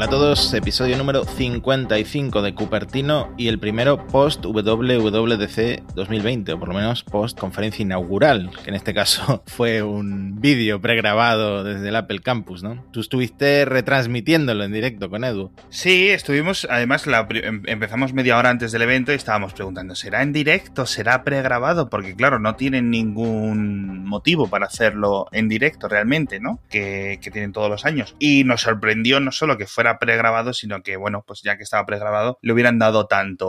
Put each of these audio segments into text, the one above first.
a todos, episodio número 55 de Cupertino y el primero post WWDC 2020, o por lo menos post conferencia inaugural, que en este caso fue un vídeo pregrabado desde el Apple Campus, ¿no? Tú estuviste retransmitiéndolo en directo con Edu. Sí, estuvimos, además empezamos media hora antes del evento y estábamos preguntando, ¿será en directo? ¿Será pregrabado? Porque claro, no tienen ningún motivo para hacerlo en directo realmente, ¿no? Que tienen todos los años. Y nos sorprendió no solo que fuera pregrabado, sino que, bueno, pues ya que estaba pregrabado, le hubieran dado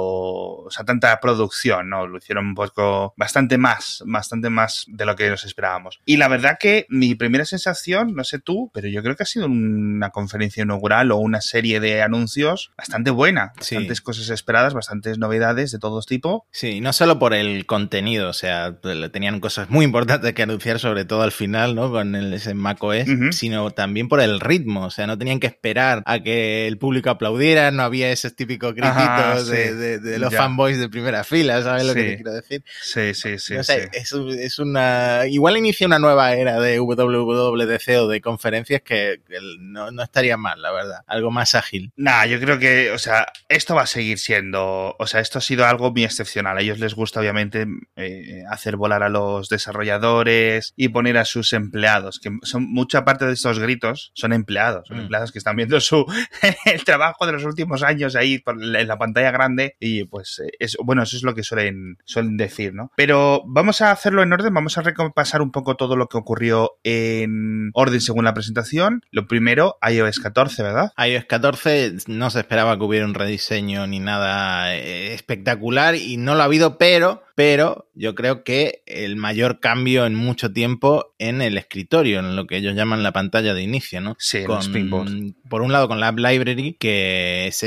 tanta producción, ¿no? Lo hicieron un poco, bastante más de lo que nos esperábamos. Y la verdad que mi primera sensación, no sé tú, pero yo creo que ha sido una conferencia inaugural o una serie de anuncios bastante buena. Bastantes cosas esperadas, bastantes novedades de todo tipo. Sí, no solo por el contenido, o sea, tenían cosas muy importantes que anunciar, sobre todo al final, ¿no? Con ese macOS, sino también por el ritmo, o sea, no tenían que esperar a que el público aplaudiera, no había esos típicos grititos de los fanboys de primera fila, ¿sabes lo que te quiero decir? Sí. No sé, es una... Igual inicia una nueva era de WWDC o de conferencias que no estaría mal, la verdad. Algo más ágil. Nah, yo creo que, o sea, esto va a seguir siendo... O sea, esto ha sido algo muy excepcional. A ellos les gusta, obviamente, hacer volar a los desarrolladores y poner a sus empleados, que son mucha parte de estos gritos son empleados. Son empleados que están viendo el trabajo de los últimos años ahí en la pantalla grande y pues eso es lo que suelen decir, ¿no? Pero vamos a hacerlo en orden, vamos a repasar un poco todo lo que ocurrió en orden según la presentación. Lo primero, iOS 14, ¿verdad? iOS 14 no se esperaba que hubiera un rediseño ni nada espectacular y no lo ha habido, pero yo creo que el mayor cambio en mucho tiempo en el escritorio, en lo que ellos llaman la pantalla de inicio, ¿no? Sí, con Springboard. Por un lado con la App Library, que es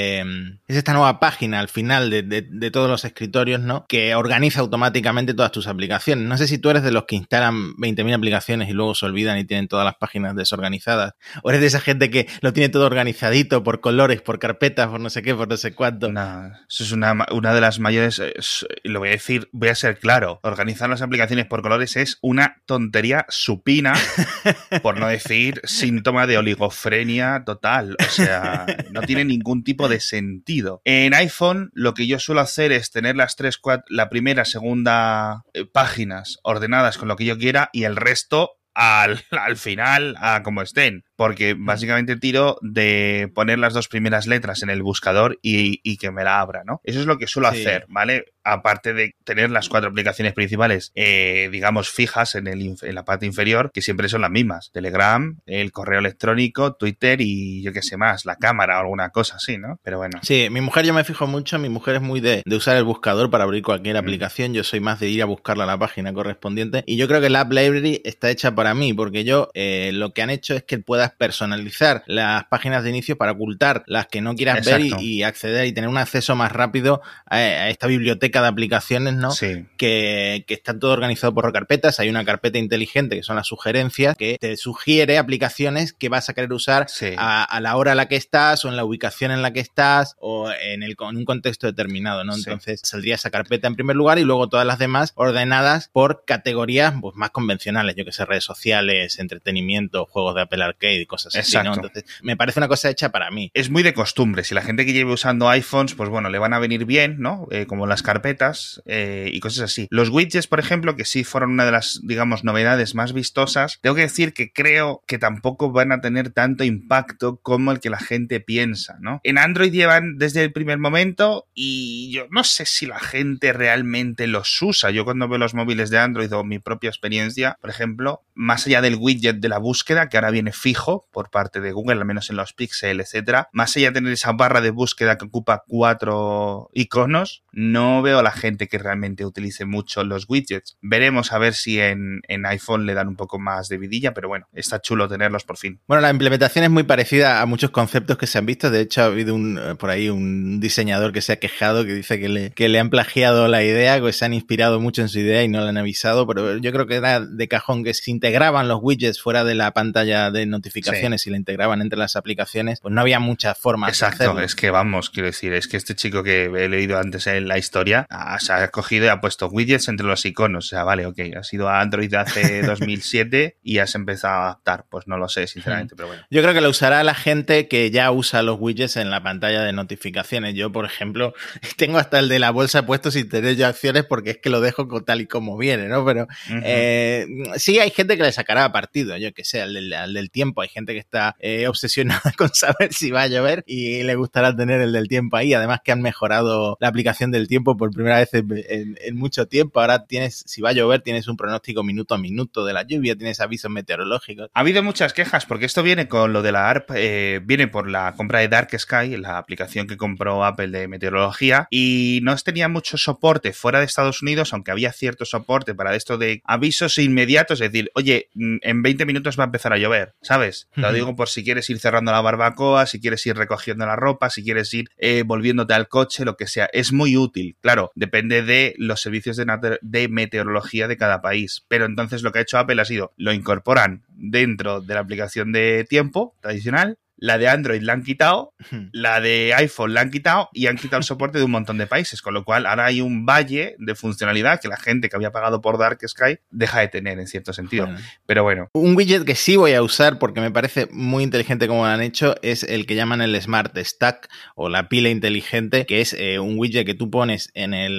esta nueva página al final de todos los escritorios, ¿no? Que organiza automáticamente todas tus aplicaciones. No sé si tú eres de los que instalan 20.000 aplicaciones y luego se olvidan y tienen todas las páginas desorganizadas, o eres de esa gente que lo tiene todo organizadito por colores, por carpetas, por no sé qué, por no sé cuánto. No, eso es una de las mayores, lo voy a decir, voy a ser claro, organizar las aplicaciones por colores es una tontería supina, por no decir síntoma de oligofrenia total, o sea, no tiene ningún tipo de sentido. En iPhone lo que yo suelo hacer es tener la primera, segunda páginas ordenadas con lo que yo quiera y el resto al final a como estén, porque básicamente tiro de poner las dos primeras letras en el buscador y que me la abra, ¿no? Eso es lo que suelo hacer, ¿vale? Aparte de tener las 4 aplicaciones principales, digamos, fijas en la parte inferior, que siempre son las mismas. Telegram, el correo electrónico, Twitter y yo qué sé más, la cámara o alguna cosa así, ¿no? Pero bueno. Sí, mi mujer yo me fijo mucho, mi mujer es muy de usar el buscador para abrir cualquier aplicación, yo soy más de ir a buscarla a la página correspondiente y yo creo que la App Library está hecha para mí, porque yo lo que han hecho es que puedas personalizar las páginas de inicio para ocultar las que no quieras ver y acceder y tener un acceso más rápido a esta biblioteca de aplicaciones, ¿no? Sí. Que está todo organizado por carpetas. Hay una carpeta inteligente que son las sugerencias que te sugiere aplicaciones que vas a querer usar a la hora a la que estás o en la ubicación en la que estás o en un contexto determinado, ¿no? Entonces saldría esa carpeta en primer lugar y luego todas las demás ordenadas por categorías pues, más convencionales, yo que sé, redes sociales, entretenimiento, juegos de Apple Arcade y cosas así, ¿no? Entonces me parece una cosa hecha para mí. Es muy de costumbre. Si la gente que lleve usando iPhones, pues bueno, le van a venir bien, ¿no? Como las carpetas y cosas así. Los widgets, por ejemplo, que sí fueron una de las, digamos, novedades más vistosas, tengo que decir que creo que tampoco van a tener tanto impacto como el que la gente piensa, ¿no? En Android llevan desde el primer momento y yo no sé si la gente realmente los usa. Yo cuando veo los móviles de Android o mi propia experiencia, por ejemplo, más allá del widget de la búsqueda, que ahora viene fijo por parte de Google, al menos en los Pixel, etcétera, más allá de tener esa barra de búsqueda que ocupa 4 iconos, no veo a la gente que realmente utilice mucho los widgets. Veremos a ver si en iPhone le dan un poco más de vidilla, pero bueno, está chulo tenerlos por fin. Bueno, la implementación es muy parecida a muchos conceptos que se han visto. De hecho, ha habido por ahí un diseñador que se ha quejado, que dice que le han plagiado la idea, que se han inspirado mucho en su idea y no le han avisado, pero yo creo que era de cajón que se integraban los widgets fuera de la pantalla de notificaciones notificaciones y la integraban entre las aplicaciones, pues no había muchas formas Exacto, de hacerlo. Es que vamos, quiero decir, es que este chico que he leído antes en la historia se ha cogido y ha puesto widgets entre los iconos. O sea, vale, ok, has ido a Android hace 2007 y has empezado a adaptar. Pues no lo sé, sinceramente, pero bueno. Yo creo que lo usará la gente que ya usa los widgets en la pantalla de notificaciones. Yo, por ejemplo, tengo hasta el de la bolsa puesto sin tener yo acciones porque es que lo dejo tal y como viene, ¿no? Pero sí hay gente que le sacará partido, yo que sé, al del tiempo. Hay gente que está obsesionada con saber si va a llover y le gustará tener el del tiempo ahí. Además que han mejorado la aplicación del tiempo por primera vez en mucho tiempo. Ahora tienes, si va a llover, tienes un pronóstico minuto a minuto de la lluvia, tienes avisos meteorológicos. Ha habido muchas quejas porque esto viene con lo de la ARP, viene por la compra de Dark Sky, la aplicación que compró Apple de meteorología, y no tenía mucho soporte fuera de Estados Unidos, aunque había cierto soporte para esto de avisos inmediatos, es decir, oye, en 20 minutos va a empezar a llover, ¿sabes? Te lo digo por si quieres ir cerrando la barbacoa, si quieres ir recogiendo la ropa, si quieres ir volviéndote al coche, lo que sea. Es muy útil, claro, depende de los servicios de meteorología de cada país, pero entonces lo que ha hecho Apple ha sido, lo incorporan dentro de la aplicación de tiempo tradicional. La de Android la han quitado, la de iPhone la han quitado y han quitado el soporte de un montón de países, con lo cual ahora hay un valle de funcionalidad que la gente que había pagado por Dark Sky deja de tener en cierto sentido. Bueno. Pero bueno. Un widget que sí voy a usar porque me parece muy inteligente como lo han hecho es el que llaman el Smart Stack o la pila inteligente, que es un widget que tú pones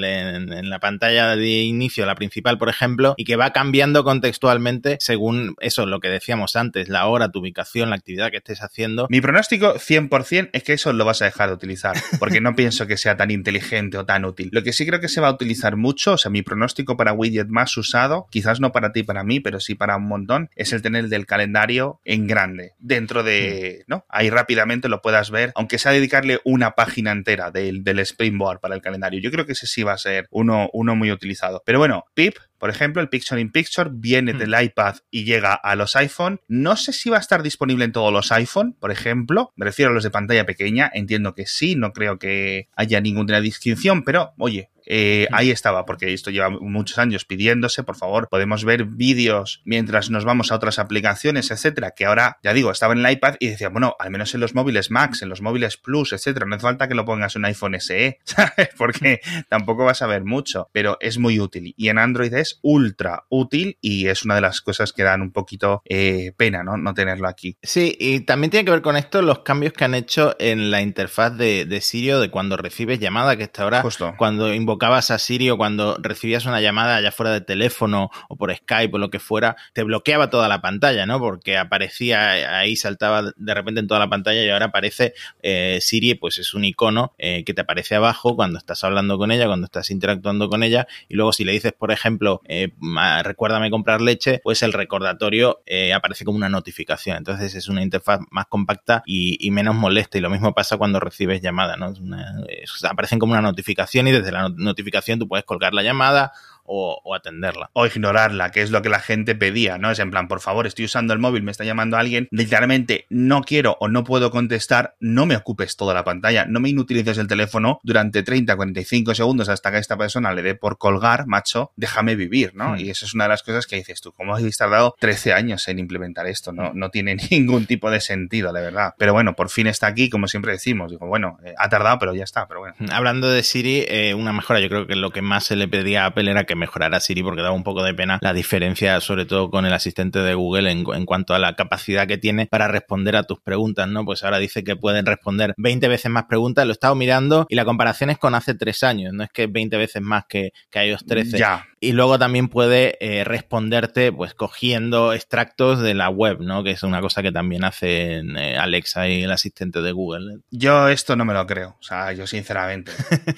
en la pantalla de inicio, la principal, por ejemplo, y que va cambiando contextualmente según eso, lo que decíamos antes, la hora, tu ubicación, la actividad que estés haciendo. Mi pronóstico 100% es que eso lo vas a dejar de utilizar, porque no pienso que sea tan inteligente o tan útil. Lo que sí creo que se va a utilizar mucho, o sea, mi pronóstico para widget más usado, quizás no para ti y para mí, pero sí para un montón, es el tener el del calendario en grande, dentro de, ¿no? Ahí rápidamente lo puedas ver, aunque sea dedicarle una página entera del Springboard para el calendario. Yo creo que ese sí va a ser uno muy utilizado. Pero bueno, Pip, por ejemplo, el Picture in Picture viene del iPad y llega a los iPhone. No sé si va a estar disponible en todos los iPhone, por ejemplo. Me refiero a los de pantalla pequeña. Entiendo que sí, no creo que haya ninguna distinción, pero oye, ahí estaba, porque esto lleva muchos años pidiéndose. Por favor, podemos ver vídeos mientras nos vamos a otras aplicaciones, etcétera, que ahora, ya digo, estaba en el iPad y decía, bueno, al menos en los móviles Max, en los móviles Plus, etcétera, no hace falta que lo pongas en un iPhone SE, ¿sabes? Porque tampoco vas a ver mucho, pero es muy útil y en Android es ultra útil y es una de las cosas que dan un poquito pena, ¿no? No tenerlo aquí. Sí, y también tiene que ver con esto los cambios que han hecho en la interfaz de Siri de cuando recibes llamada, que hasta ahora, justo, cuando invocabas a Siri o cuando recibías una llamada ya fuera de teléfono o por Skype o lo que fuera, te bloqueaba toda la pantalla, ¿no? Porque aparecía ahí, saltaba de repente en toda la pantalla y ahora aparece Siri, pues es un icono que te aparece abajo cuando estás hablando con ella, cuando estás interactuando con ella, y luego si le dices, por ejemplo, recuérdame comprar leche, pues el recordatorio aparece como una notificación. Entonces es una interfaz más compacta y menos molesta, y lo mismo pasa cuando recibes llamada, ¿no? Aparecen como una notificación y desde la notificación tú puedes colgar la llamada o atenderla. O ignorarla, que es lo que la gente pedía, ¿no? Es en plan, por favor, estoy usando el móvil, me está llamando alguien, literalmente no quiero o no puedo contestar, no me ocupes toda la pantalla, no me inutilices el teléfono durante 30, 45 segundos hasta que a esta persona le dé por colgar, macho, déjame vivir, ¿no? Y eso es una de las cosas que dices tú, ¿cómo habéis tardado 13 años en implementar esto? No tiene ningún tipo de sentido, la verdad. Pero bueno, por fin está aquí, como siempre decimos. Digo, bueno, ha tardado, pero ya está, pero bueno. Hablando de Siri, una mejora, yo creo que lo que más se le pedía a Apple era que mejorara Siri, porque daba un poco de pena la diferencia, sobre todo con el asistente de Google en cuanto a la capacidad que tiene para responder a tus preguntas, ¿no? Pues ahora dice que pueden responder 20 veces más preguntas, lo he estado mirando y la comparación es con hace 3 años, no es que 20 veces más que iOS 13. Ya. Y luego también puede responderte pues cogiendo extractos de la web, ¿no? Que es una cosa que también hacen Alexa y el asistente de Google. Yo esto no me lo creo, o sea, yo sinceramente,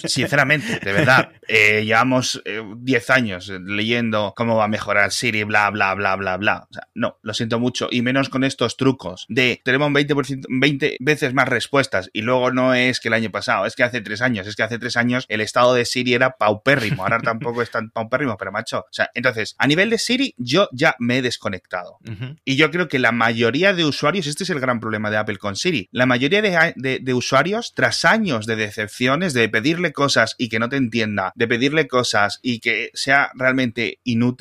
de verdad, llevamos 10 años leyendo cómo va a mejorar Siri, bla, bla, bla, bla, bla. O sea, no, lo siento mucho, y menos con estos trucos de tenemos 20 veces más respuestas y luego no es que el año pasado, es que hace 3 años, el estado de Siri era paupérrimo, ahora tampoco es tan paupérrimo, pero macho, o sea, entonces, a nivel de Siri, yo ya me he desconectado. Y yo creo que la mayoría de usuarios, este es el gran problema de Apple con Siri, la mayoría de usuarios, tras años de decepciones, de pedirle cosas y que no te entienda, de pedirle cosas y que sea realmente inútil,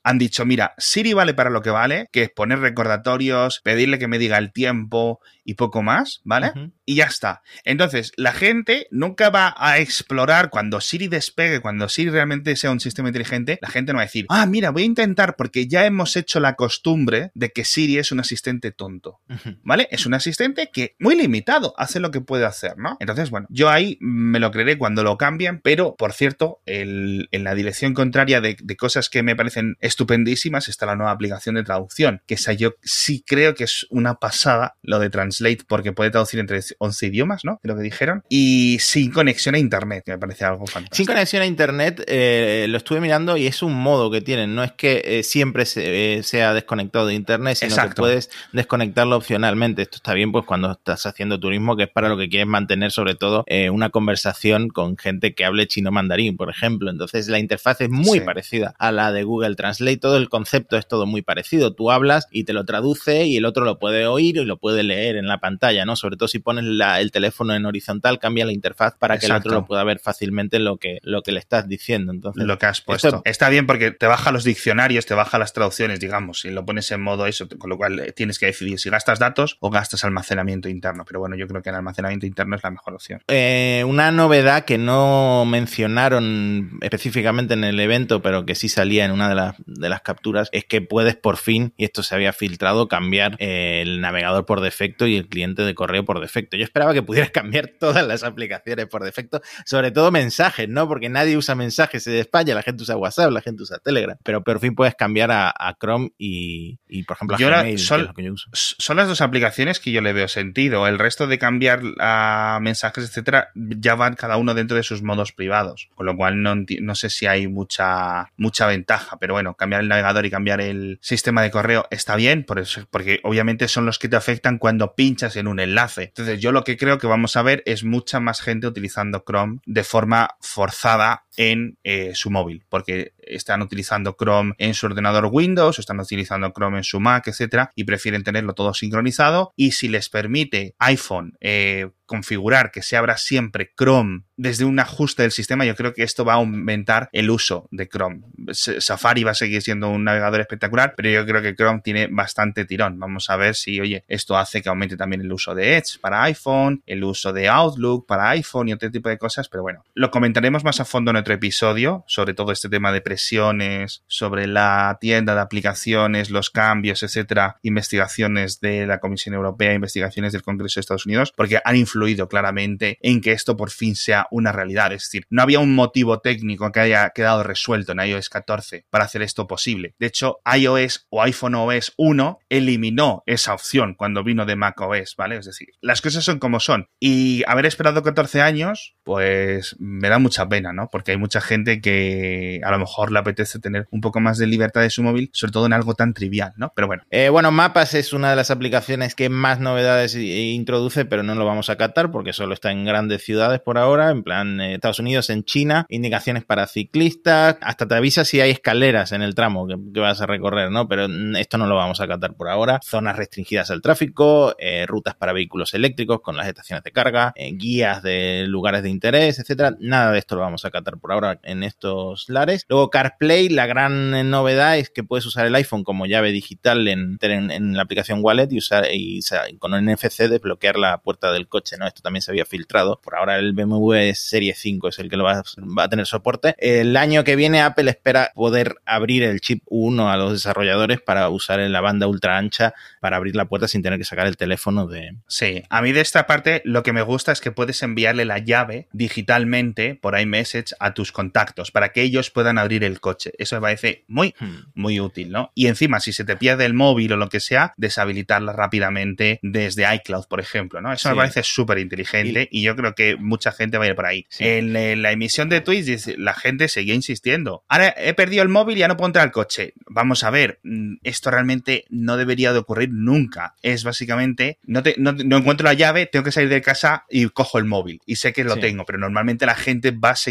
han dicho, mira, Siri vale para lo que vale, que es poner recordatorios, pedirle que me diga el tiempo y poco más, ¿vale? Y ya está. Entonces, la gente nunca va a explorar cuando Siri despegue, cuando Siri realmente sea un sistema inteligente, la gente no va a decir, mira, voy a intentar, porque ya hemos hecho la costumbre de que Siri es un asistente tonto, ¿vale? Es un asistente que muy limitado, hace lo que puede hacer, ¿no? Entonces, bueno, yo ahí me lo creeré cuando lo cambien, pero, por cierto, en la dirección contraria de cosas que me parecen estupendísimas está la nueva aplicación de traducción, que esa yo sí creo que es una pasada, lo de Translate, porque puede traducir entre 11 idiomas, ¿no? Creo que dijeron, y sin conexión a internet, que me parece algo fantástico. Sin conexión a internet, lo estuve mirando y es un modo que tienen, no es que siempre sea desconectado de internet, sino que puedes desconectarlo opcionalmente. Esto está bien pues cuando estás haciendo turismo, que es para lo que quieres mantener sobre todo una conversación con gente que hable chino mandarín, por ejemplo. Entonces la interfaz es muy parecida a la de Google Translate, todo el concepto es todo muy parecido. Tú hablas y te lo traduce y el otro lo puede oír y lo puede leer en la pantalla, ¿no? Sobre todo si pones el teléfono en horizontal, cambia la interfaz para que el otro lo pueda ver fácilmente lo que le estás diciendo. Entonces, lo que has puesto. Está bien porque te baja los diccionarios, te baja las traducciones, digamos, y lo pones en modo eso, con lo cual tienes que decidir si gastas datos o gastas almacenamiento interno. Pero bueno, yo creo que el almacenamiento interno es la mejor opción. Una novedad que no mencionaron específicamente en el evento, pero que sí salía en una de las capturas, es que puedes por fin, y esto se había filtrado, cambiar el navegador por defecto y el cliente de correo por defecto. Yo esperaba que pudieras cambiar todas las aplicaciones por defecto, sobre todo mensajes, ¿no? Porque nadie usa mensajes de España, la gente usa WhatsApp, la gente usa Telegram, pero por fin puedes cambiar a Chrome y por ejemplo, a Gmail, que es lo que yo uso. Son las dos aplicaciones que yo le veo sentido. El resto de cambiar a mensajes, etcétera, ya van cada uno dentro de sus modos privados, con lo cual no sé si hay mucha ventaja, pero bueno, cambiar el navegador y cambiar el sistema de correo está bien, porque obviamente son los que te afectan cuando pinchas en un enlace. Entonces yo lo que creo que vamos a ver es mucha más gente utilizando Chrome de forma forzada en su móvil, porque están utilizando Chrome en su ordenador Windows, están utilizando Chrome en su Mac, etcétera, y prefieren tenerlo todo sincronizado. Y si les permite iPhone configurar que se abra siempre Chrome desde un ajuste del sistema, yo creo que esto va a aumentar el uso de Chrome. Safari va a seguir siendo un navegador espectacular, pero yo creo que Chrome tiene bastante tirón. Vamos a ver si, esto hace que aumente también el uso de Edge para iPhone, el uso de Outlook para iPhone y otro tipo de cosas, pero bueno, lo comentaremos más a fondo en otro episodio, sobre todo este tema de presiones, sobre la tienda de aplicaciones, los cambios, etcétera, investigaciones de la Comisión Europea, investigaciones del Congreso de Estados Unidos, porque han influido claramente en que esto por fin sea una realidad. Es decir, no había un motivo técnico que haya quedado resuelto en iOS 14 para hacer esto posible. De hecho, iOS o iPhone OS 1 eliminó esa opción cuando vino de macOS, ¿vale? Es decir, las cosas son como son. Y haber esperado 14 años, pues me da mucha pena, ¿no? Porque hay mucha gente que a lo mejor le apetece tener un poco más de libertad de su móvil, sobre todo en algo tan trivial, ¿no? Pero bueno. Bueno, Mapas es una de las aplicaciones que más novedades introduce, pero no lo vamos a catar porque solo está en grandes ciudades por ahora, en plan Estados Unidos, en China, indicaciones para ciclistas, hasta te avisa si hay escaleras en el tramo que vas a recorrer, ¿no? Pero esto no lo vamos a catar por ahora. Zonas restringidas al tráfico, rutas para vehículos eléctricos con las estaciones de carga, guías de lugares de interés, etcétera. Nada de esto lo vamos a catar por ahora en estos lares. Luego CarPlay, la gran novedad es que puedes usar el iPhone como llave digital en la aplicación Wallet y con el NFC desbloquear la puerta del coche, ¿no? Esto también se había filtrado. Por ahora el BMW Serie 5 es el que va a tener soporte. El año que viene Apple espera poder abrir el chip 1 a los desarrolladores para usar en la banda ultra ancha para abrir la puerta sin tener que sacar el teléfono de... Sí, a mí de esta parte lo que me gusta es que puedes enviarle la llave digitalmente por iMessage a tus contactos para que ellos puedan abrir el coche. Eso me parece muy, muy útil, ¿no? Y encima, si se te pierde el móvil o lo que sea, deshabilitarla rápidamente desde iCloud, por ejemplo, ¿no? Eso me parece súper inteligente y yo creo que mucha gente va a ir por ahí. Sí. En la emisión de tweets la gente seguía insistiendo. Ahora he perdido el móvil y ya no puedo entrar al coche. Vamos a ver, esto realmente no debería de ocurrir nunca. Es básicamente, no encuentro la llave, tengo que salir de casa y cojo el móvil. Y sé que lo tengo, pero normalmente la gente va a seguir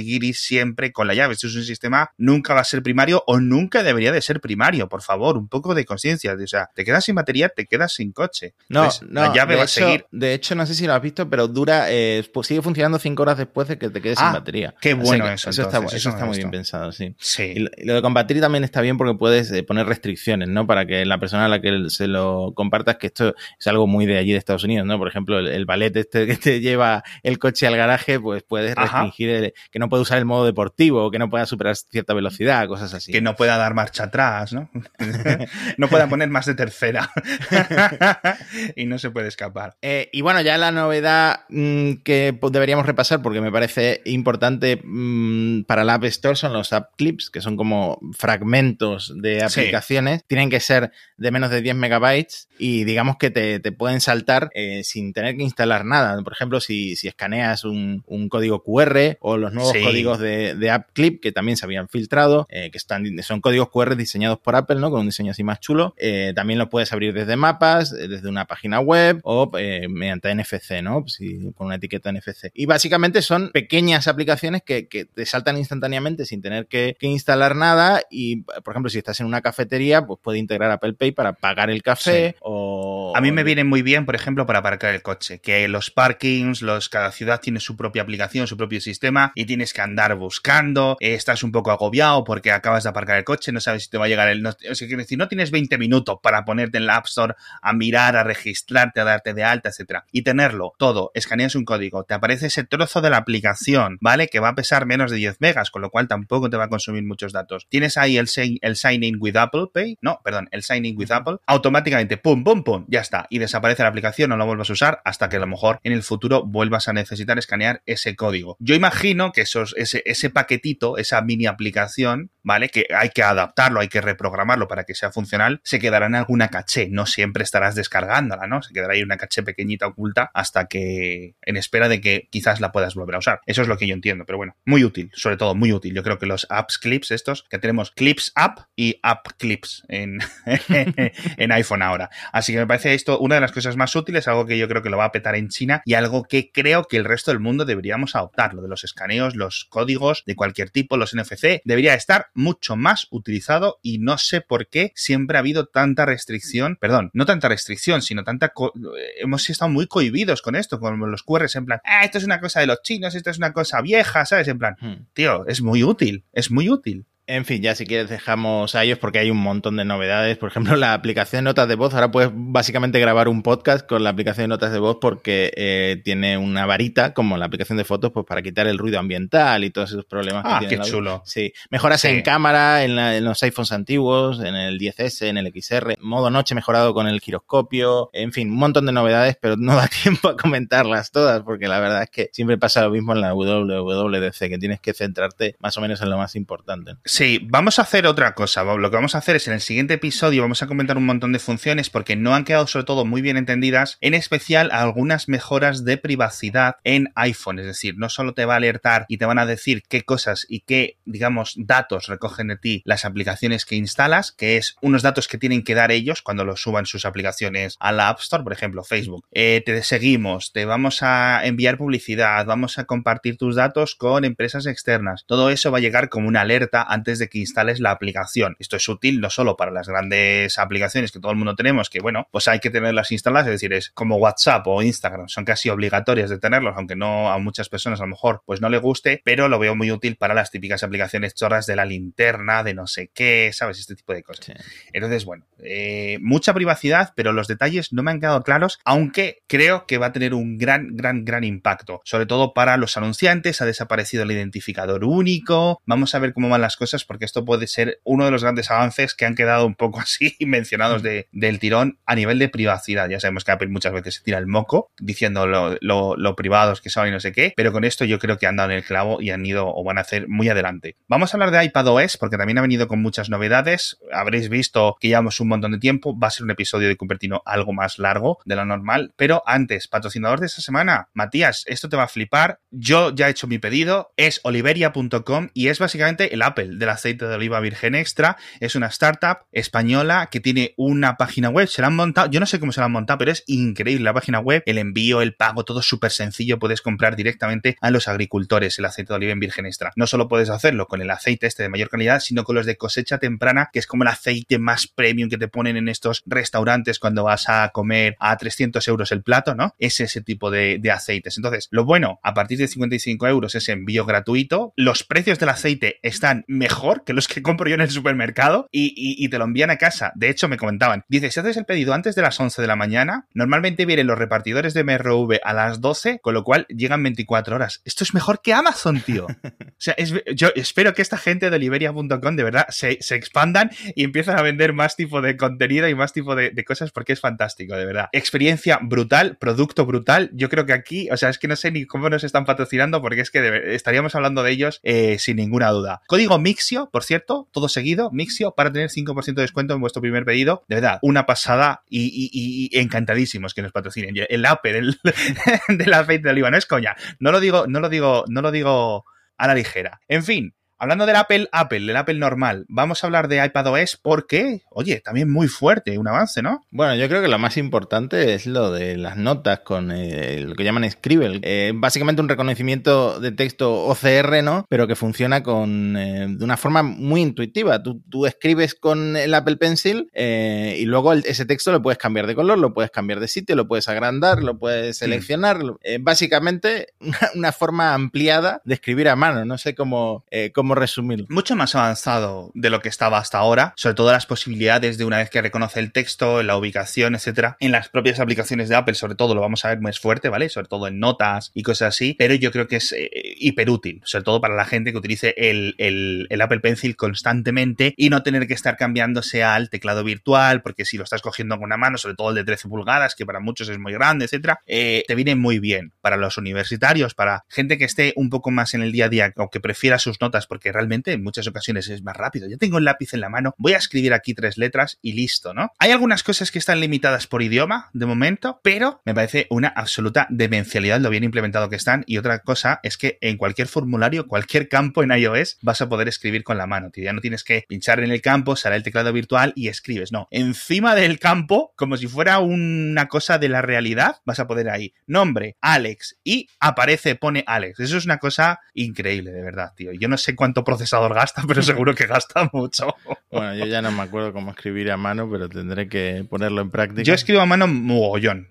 siempre con la llave. Esto es un sistema, nunca va a ser primario o nunca debería de ser primario. Por favor, un poco de conciencia. O sea, te quedas sin batería, te quedas sin coche. Entonces, la llave va a seguir. De hecho, no sé si lo has visto, pero dura, pues sigue funcionando 5 horas después de que te quedes sin batería. Qué bueno eso está muy bien pensado, sí. Sí. Y lo de compartir también está bien porque puedes poner restricciones, ¿no? Para que la persona a la que se lo compartas, que esto es algo muy de allí de Estados Unidos, ¿no? Por ejemplo, el valet este que te lleva el coche al garaje, pues puedes restringir que no pueda usar el modo deportivo o que no pueda superar cierta velocidad, cosas así. Que no pueda dar marcha atrás, ¿no? No pueda poner más de tercera. Y no se puede escapar. Y bueno, ya la novedad que deberíamos repasar, porque me parece importante para la App Store, son los App Clips, que son como fragmentos de aplicaciones. Tienen que ser de menos de 10 megabytes y digamos que te pueden saltar sin tener que instalar nada. Por ejemplo, si escaneas un código QR o los nuevos códigos de App Clip, que también se habían filtrado, que son códigos QR diseñados por Apple, ¿no? Con un diseño así más chulo. También lo puedes abrir desde mapas, desde una página web o mediante NFC, ¿no? Con una etiqueta NFC. Y básicamente son pequeñas aplicaciones que te saltan instantáneamente sin tener que instalar nada y, por ejemplo, si estás en una cafetería, pues puede integrar Apple Pay para pagar el café o... A mí me viene muy bien, por ejemplo, para aparcar el coche, que los parkings, cada ciudad tiene su propia aplicación, su propio sistema y tienes que andar buscando, estás un poco agobiado porque acabas de aparcar el coche, no sabes si te va a llegar o sea, quiero decir, no tienes 20 minutos para ponerte en la App Store a mirar, a registrarte, a darte de alta, etcétera. Y tenerlo todo, escaneas un código, te aparece ese trozo de la aplicación, ¿vale? Que va a pesar menos de 10 megas, con lo cual tampoco te va a consumir muchos datos. Tienes ahí el Sign In with Apple Pay, el Sign In with Apple, automáticamente, pum, pum, pum, ya está. Y desaparece la aplicación, no la vuelvas a usar hasta que a lo mejor en el futuro vuelvas a necesitar escanear ese código. Yo imagino que ese paquetito, esa mini aplicación, ¿vale? Que hay que adaptarlo, hay que reprogramarlo para que sea funcional, se quedará en alguna caché, no siempre estarás descargándola, ¿no? Se quedará ahí una caché pequeñita oculta hasta que, en espera de que quizás la puedas volver a usar. Eso es lo que yo entiendo, pero bueno, muy útil, sobre todo muy útil. Yo creo que los apps clips estos, que tenemos Clips App y App Clips en iPhone ahora. Así que me parece esto una de las cosas más útiles, algo que yo creo que lo va a petar en China y algo que creo que el resto del mundo deberíamos adoptar. Lo de los escaneos, los códigos de cualquier tipo, los NFC, debería estar mucho más utilizado y no sé por qué siempre ha habido tanta restricción, perdón, no tanta restricción, sino hemos estado muy cohibidos con esto, con los QRs en plan, esto es una cosa de los chinos, esto es una cosa vieja, ¿sabes? En plan, tío, es muy útil, es muy útil. En fin, ya si quieres dejamos a ellos porque hay un montón de novedades. Por ejemplo, la aplicación de notas de voz. Ahora puedes básicamente grabar un podcast con la aplicación de notas de voz porque tiene una varita, como la aplicación de fotos, pues para quitar el ruido ambiental y todos esos problemas que tiene. Qué chulo. Sí. Mejoras en cámara, en los iPhones antiguos, en el 10S, en el XR. Modo noche mejorado con el giroscopio. En fin, un montón de novedades, pero no da tiempo a comentarlas todas porque la verdad es que siempre pasa lo mismo en la WWDC, que tienes que centrarte más o menos en lo más importante. Sí, vamos a hacer otra cosa. Lo que vamos a hacer es en el siguiente episodio vamos a comentar un montón de funciones porque no han quedado sobre todo muy bien entendidas, en especial algunas mejoras de privacidad en iPhone. Es decir, no solo te va a alertar y te van a decir qué cosas y qué, digamos, datos recogen de ti las aplicaciones que instalas, que es unos datos que tienen que dar ellos cuando los suban sus aplicaciones a la App Store, por ejemplo, Facebook. Te seguimos, te vamos a enviar publicidad, vamos a compartir tus datos con empresas externas. Todo eso va a llegar como una alerta antes de que instales la aplicación. Esto es útil no solo para las grandes aplicaciones que todo el mundo tenemos, que bueno, pues hay que tenerlas instaladas, es decir, es como WhatsApp o Instagram, son casi obligatorias de tenerlos, aunque no a muchas personas a lo mejor pues no le guste, pero lo veo muy útil para las típicas aplicaciones chorras de la linterna, de no sé qué, ¿sabes? Este tipo de cosas. Sí. Entonces, bueno, mucha privacidad, pero los detalles no me han quedado claros, aunque creo que va a tener un gran impacto, sobre todo para los anunciantes. Ha desaparecido el identificador único, vamos a ver cómo van las cosas porque esto puede ser uno de los grandes avances que han quedado un poco así mencionados del tirón a nivel de privacidad. Ya sabemos que Apple muchas veces se tira el moco diciendo lo privados que son y no sé qué, pero con esto yo creo que han dado en el clavo y han ido o van a hacer muy adelante. Vamos a hablar de iPadOS porque también ha venido con muchas novedades. Habréis visto que llevamos un montón de tiempo. Va a ser un episodio de Cupertino algo más largo de lo normal, pero antes, patrocinador de esta semana, Matías, esto te va a flipar. Yo ya he hecho mi pedido, es oliveria.com y es básicamente el Apple del aceite de oliva virgen extra. Es una startup española que tiene una página web. Se la han montado, yo no sé cómo se la han montado, pero es increíble la página web, el envío, el pago, todo súper sencillo. Puedes comprar directamente a los agricultores el aceite de oliva en virgen extra. No solo puedes hacerlo con el aceite este de mayor calidad, sino con los de cosecha temprana, que es como el aceite más premium que te ponen en estos restaurantes cuando vas a comer a 300 euros el plato, ¿no? Es ese tipo de aceites. Entonces, lo bueno, a partir de 55 euros es envío gratuito. Los precios del aceite están mejor que los que compro yo en el supermercado y te lo envían a casa. De hecho, me comentaban, dice, si haces el pedido antes de las 11 de la mañana, normalmente vienen los repartidores de MRV a las 12, con lo cual llegan 24 horas. Esto es mejor que Amazon, tío. O sea, yo espero que esta gente de Liberia.com de verdad se expandan y empiezan a vender más tipo de contenido y más tipo de cosas, porque es fantástico, de verdad. Experiencia brutal, producto brutal. Yo creo que aquí, o sea, es que no sé ni cómo nos están patrocinando, porque es que estaríamos hablando de ellos sin ninguna duda. Código Mixio, por cierto, todo seguido, Mixio, para tener 5% de descuento en vuestro primer pedido. De verdad, una pasada y encantadísimos que nos patrocinen. El Apple del aceite de oliva, no es coña. No lo digo a la ligera. En fin. Hablando del Apple normal, vamos a hablar de iPadOS porque, oye, también muy fuerte, un avance, ¿no? Bueno, yo creo que lo más importante es lo de las notas con lo que llaman Scribble. Básicamente un reconocimiento de texto OCR, ¿no? Pero que funciona de una forma muy intuitiva. Tú escribes con el Apple Pencil y luego ese texto lo puedes cambiar de color, lo puedes cambiar de sitio, lo puedes agrandar, lo puedes seleccionar. Básicamente una forma ampliada de escribir a mano. No sé cómo resumirlo. Mucho más avanzado de lo que estaba hasta ahora, sobre todo las posibilidades de una vez que reconoce el texto, la ubicación, etcétera. En las propias aplicaciones de Apple, sobre todo, lo vamos a ver más fuerte, ¿vale? Sobre todo en notas y cosas así, pero yo creo que es hiperútil, sobre todo para la gente que utilice el Apple Pencil constantemente y no tener que estar cambiándose al teclado virtual, porque si lo estás cogiendo con una mano, sobre todo el de 13 pulgadas, que para muchos es muy grande, etcétera, te viene muy bien para los universitarios, para gente que esté un poco más en el día a día o que prefiera sus notas, porque realmente en muchas ocasiones es más rápido. Ya tengo el lápiz en la mano, voy a escribir aquí 3 letras y listo, ¿no? Hay algunas cosas que están limitadas por idioma, de momento, pero me parece una absoluta demencialidad lo bien implementado que están. Y otra cosa es que en cualquier formulario, cualquier campo en iOS, vas a poder escribir con la mano, tío. Ya no tienes que pinchar en el campo, sale el teclado virtual y escribes. No, encima del campo, como si fuera una cosa de la realidad, vas a poder ahí, nombre, Alex, y pone Alex. Eso es una cosa increíble, de verdad, tío. Yo no sé cuánto procesador gasta, pero seguro que gasta mucho. Bueno, yo ya no me acuerdo cómo escribir a mano, pero tendré que ponerlo en práctica. Yo escribo a mano mogollón.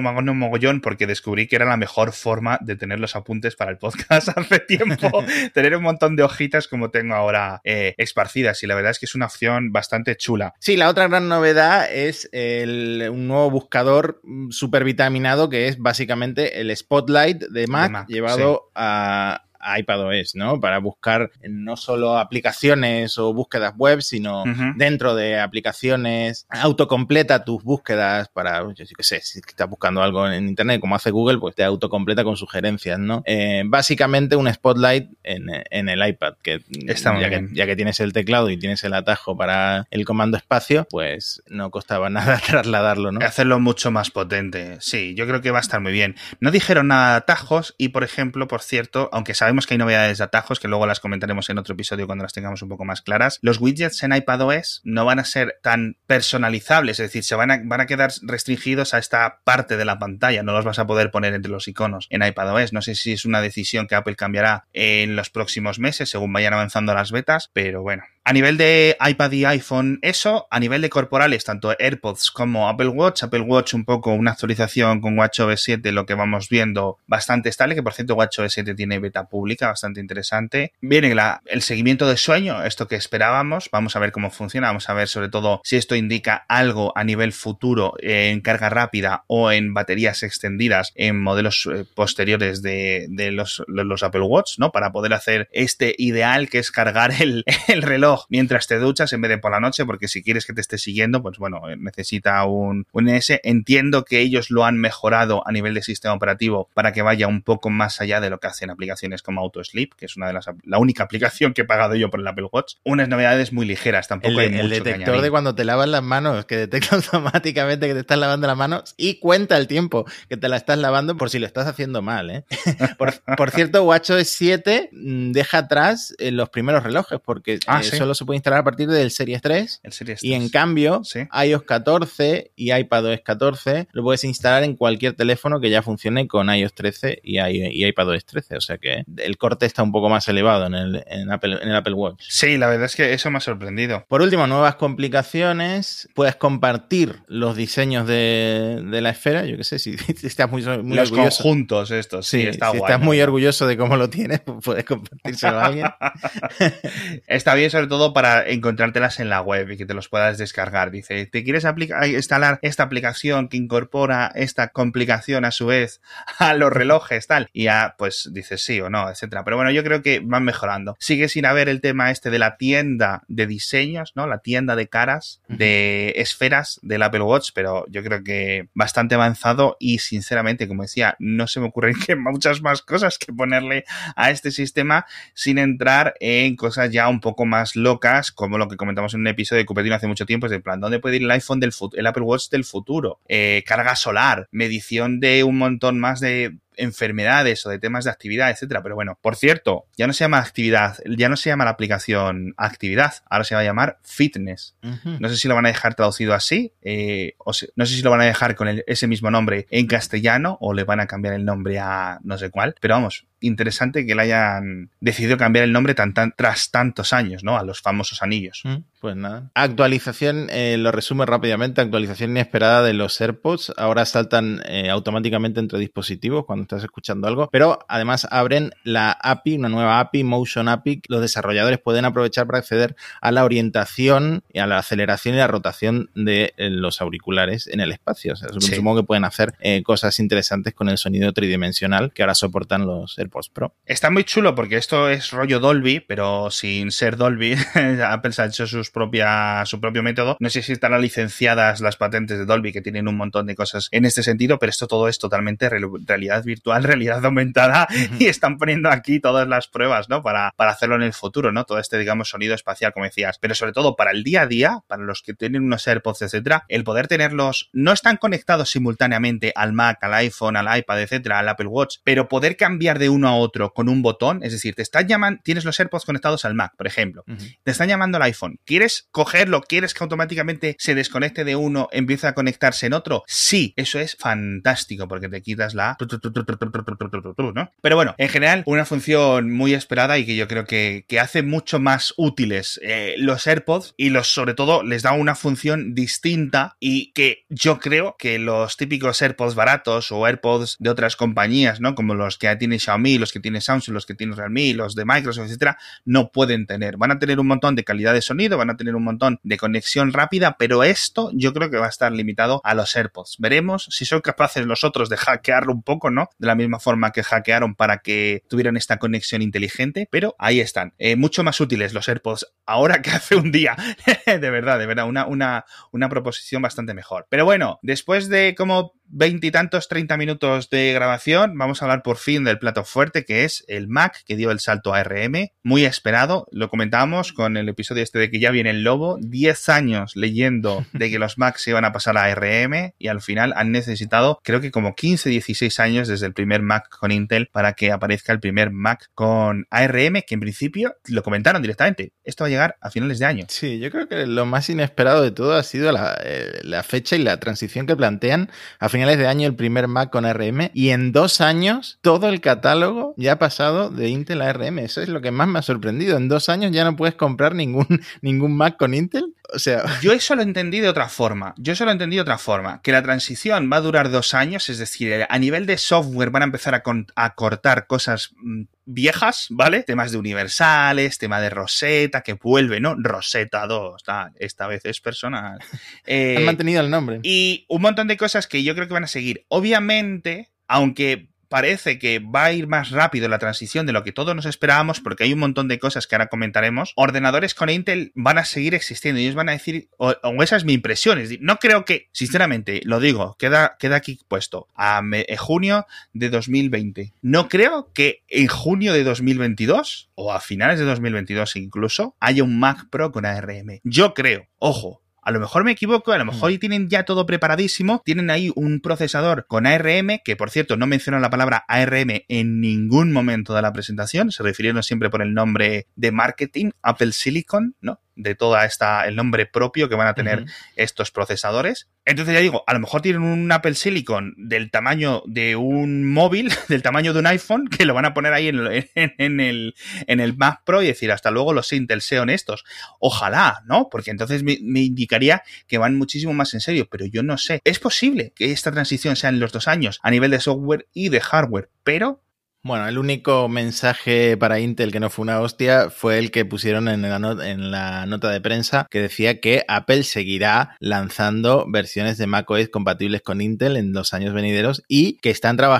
Porque descubrí que era la mejor forma de tener los apuntes para el podcast hace tiempo. Tener un montón de hojitas como tengo ahora esparcidas, y la verdad es que es una opción bastante chula. Sí, la otra gran novedad es un nuevo buscador súper vitaminado que es básicamente el Spotlight de Mac llevado sí. a iPadOS, ¿no? Para buscar no solo aplicaciones o búsquedas web, sino dentro de aplicaciones, autocompleta tus búsquedas para, yo qué sé, si estás buscando algo en internet, como hace Google, pues te autocompleta con sugerencias, ¿no? Básicamente un Spotlight en el iPad, que ya que tienes el teclado y tienes el atajo para el comando espacio, pues no costaba nada trasladarlo, ¿no? Hacerlo mucho más potente. Sí, yo creo que va a estar muy bien. No dijeron nada de atajos y, por ejemplo, por cierto, aunque sabemos que hay novedades de atajos, que luego las comentaremos en otro episodio cuando las tengamos un poco más claras, los widgets en iPadOS no van a ser tan personalizables, es decir, van a quedar restringidos a esta parte de la pantalla, no los vas a poder poner entre los iconos en iPadOS. No sé si es una decisión que Apple cambiará en los próximos meses según vayan avanzando las betas, pero bueno. A nivel de iPad y iPhone, eso. A nivel de corporales, tanto AirPods como Apple Watch un poco una actualización con WatchOS 7, lo que vamos viendo bastante estable, que por cierto WatchOS 7 tiene beta pública, bastante interesante. Viene el seguimiento de sueño, esto que esperábamos, vamos a ver cómo funciona, vamos a ver sobre todo si esto indica algo a nivel futuro en carga rápida o en baterías extendidas en modelos posteriores de los Apple Watch, ¿no? Para poder hacer este ideal que es cargar el reloj reloj mientras te duchas en vez de por la noche, porque si quieres que te esté siguiendo, pues bueno, necesita un NS. Entiendo que ellos lo han mejorado a nivel de sistema operativo para que vaya un poco más allá de lo que hacen aplicaciones como AutoSleep, que es la única aplicación que he pagado yo por el Apple Watch. Unas novedades muy ligeras, tampoco hay mucho que añadir. El detector de cuando te lavas las manos, que detecta automáticamente que te estás lavando las manos y cuenta el tiempo que te la estás lavando por si lo estás haciendo mal, ¿eh? Por cierto, WatchOS 7 deja atrás los primeros relojes, porque ¿sí? solo se puede instalar a partir del Series 3. El Series 3. Y en cambio, ¿sí? iOS 14 y iPadOS 14 lo puedes instalar en cualquier teléfono que ya funcione con iOS 13 y iPadOS 13. O sea que el corte está un poco más elevado en el Apple Watch. Sí, la verdad es que eso me ha sorprendido. Por último, nuevas complicaciones. Puedes compartir los diseños de la esfera. Yo qué sé, si estás muy los orgulloso. Los conjuntos estos. Sí, está si guay. Estás muy orgulloso de cómo lo tienes, pues puedes compartírselo a alguien. Está bien, sobre todo para encontrártelas en la web y que te los puedas descargar. Dice, ¿te quieres instalar esta aplicación que incorpora esta complicación a su vez a los relojes, tal? Y ya, pues dices sí o no, etcétera. Pero bueno, yo creo que van mejorando. Sigue sin haber el tema este de la tienda de diseños, ¿no? La tienda de caras, de esferas del Apple Watch, pero yo creo que bastante avanzado y sinceramente, como decía, no se me ocurren que muchas más cosas que ponerle a este sistema sin entrar en cosas ya un poco más locas, como lo que comentamos en un episodio de Cupertino hace mucho tiempo, es de plan, ¿dónde puede ir el iPhone el Apple Watch del futuro? Carga solar, medición de un montón más de enfermedades o de temas de actividad, etcétera. Pero bueno, por cierto, ya no se llama actividad, ya no se llama la aplicación actividad, ahora se va a llamar fitness. No sé si lo van a dejar traducido así, no sé si lo van a dejar con ese mismo nombre en castellano o le van a cambiar el nombre a no sé cuál, pero vamos, interesante que le hayan decidido cambiar el nombre tras tantos años, ¿no? A los famosos anillos. Pues nada. Actualización, lo resume rápidamente, actualización inesperada de los AirPods. Ahora saltan automáticamente entre dispositivos cuando estás escuchando algo, pero además abren la API, una nueva API, Motion API, que los desarrolladores pueden aprovechar para acceder a la orientación, y a la aceleración y la rotación de los auriculares en el espacio. O sea, sí. Supongo que pueden hacer cosas interesantes con el sonido tridimensional que ahora soportan los AirPods Pro. Está muy chulo porque esto es rollo Dolby, pero sin ser Dolby. Apple ha hecho su propio método. No sé si estarán licenciadas las patentes de Dolby, que tienen un montón de cosas en este sentido, pero esto todo es totalmente realidad virtual, realidad aumentada, y están poniendo aquí todas las pruebas, ¿no? Para hacerlo en el futuro, ¿no? Todo este, digamos, sonido espacial, como decías. Pero sobre todo para el día a día, para los que tienen unos AirPods, etcétera, el poder tenerlos, no están conectados simultáneamente al Mac, al iPhone, al iPad, etcétera, al Apple Watch, pero poder cambiar de uno a otro con un botón, es decir, tienes los AirPods conectados al Mac, por ejemplo, te están llamando al iPhone, ¿quieres cogerlo? ¿Quieres que automáticamente se desconecte de uno, empiece a conectarse en otro? Sí, eso es fantástico porque te quitas la... ¿no? Pero bueno, en general, una función muy esperada y que yo creo que hace mucho más útiles los AirPods y sobre todo les da una función distinta y que yo creo que los típicos AirPods baratos o AirPods de otras compañías, ¿no? Como los que tiene Xiaomi, los que tiene Samsung, los que tiene Realme, los de Microsoft, etcétera, no pueden tener. Van a tener un montón de calidad de sonido, van a tener un montón de conexión rápida, pero esto yo creo que va a estar limitado a los AirPods. Veremos si son capaces los otros de hackearlo un poco, ¿no? De la misma forma que hackearon para que tuvieran esta conexión inteligente, pero ahí están. Mucho más útiles los AirPods ahora que hace un día. de verdad, una proposición bastante mejor. Pero bueno, después de como 20 y tantos, 30 minutos de grabación, vamos a hablar por fin del plato fuerte, que es el Mac, que dio el salto a ARM, muy esperado. Lo comentábamos con el episodio este de que ya viene el lobo, 10 años leyendo de que los Macs se iban a pasar a ARM y al final han necesitado, creo que como 15, 16 años desde el primer Mac con Intel para que aparezca el primer Mac con ARM, que en principio lo comentaron directamente. Esto va a llegar a finales de año. Sí, yo creo que lo más inesperado de todo ha sido la fecha y la transición que plantean. A finales de año el primer Mac con ARM y en 2 años todo el catálogo ya ha pasado de Intel a ARM. Eso es lo que más me ha sorprendido. En 2 años ya no puedes comprar ningún Mac con Intel. O sea... Yo eso lo entendí de otra forma. Que la transición va a durar 2 años, es decir, a nivel de software van a empezar a cortar cosas viejas, ¿vale? Temas de universales, tema de Rosetta, que vuelve, ¿no? Rosetta 2, esta vez es personal. Han mantenido el nombre. Y un montón de cosas que yo creo que van a seguir. Obviamente, aunque parece que va a ir más rápido la transición de lo que todos nos esperábamos, porque hay un montón de cosas que ahora comentaremos. Ordenadores con Intel van a seguir existiendo y ellos van a decir, o esa es mi impresión, es decir, no creo que, sinceramente, lo digo, queda aquí puesto, a junio de 2020. No creo que en junio de 2022, o a finales de 2022 incluso, haya un Mac Pro con ARM. Yo creo, ojo, a lo mejor me equivoco, a lo mejor tienen ya todo preparadísimo, tienen ahí un procesador con ARM, que por cierto no mencionan la palabra ARM en ningún momento de la presentación, se refirieron siempre por el nombre de marketing, Apple Silicon, ¿no? De toda el nombre propio que van a tener estos procesadores. Entonces ya digo, a lo mejor tienen un Apple Silicon del tamaño de un móvil, del tamaño de un iPhone, que lo van a poner ahí en el Mac Pro y decir, hasta luego los Intel, sé honestos. Ojalá, ¿no? Porque entonces me indicaría que van muchísimo más en serio, pero yo no sé. Es posible que esta transición sea en los 2 años a nivel de software y de hardware, pero... Bueno, el único mensaje para Intel que no fue una hostia fue el que pusieron en la nota de prensa, que decía que Apple seguirá lanzando versiones de macOS compatibles con Intel en los años venideros y que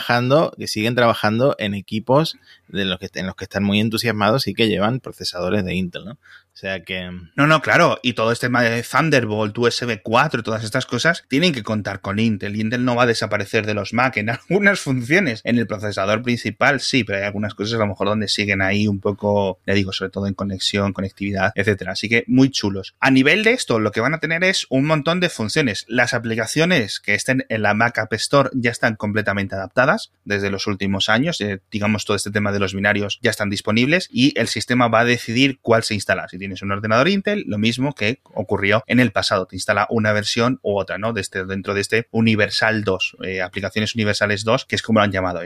siguen trabajando en equipos en los que están muy entusiasmados y que llevan procesadores de Intel, ¿no? O sea que... No, claro. Y todo este tema de Thunderbolt, USB 4, todas estas cosas tienen que contar con Intel. Intel no va a desaparecer de los Mac en algunas funciones. En el procesador principal sí, pero hay algunas cosas a lo mejor donde siguen ahí un poco, ya digo, sobre todo en conexión, conectividad, etcétera. Así que muy chulos. A nivel de esto, lo que van a tener es un montón de funciones. Las aplicaciones que estén en la Mac App Store ya están completamente adaptadas desde los últimos años. Digamos, todo este tema de los binarios ya están disponibles y el sistema va a decidir cuál se instala. Si tienes un ordenador Intel, lo mismo que ocurrió en el pasado. Te instala una versión u otra, ¿no? Dentro de este Universal 2, aplicaciones universales 2, que es como lo han llamado,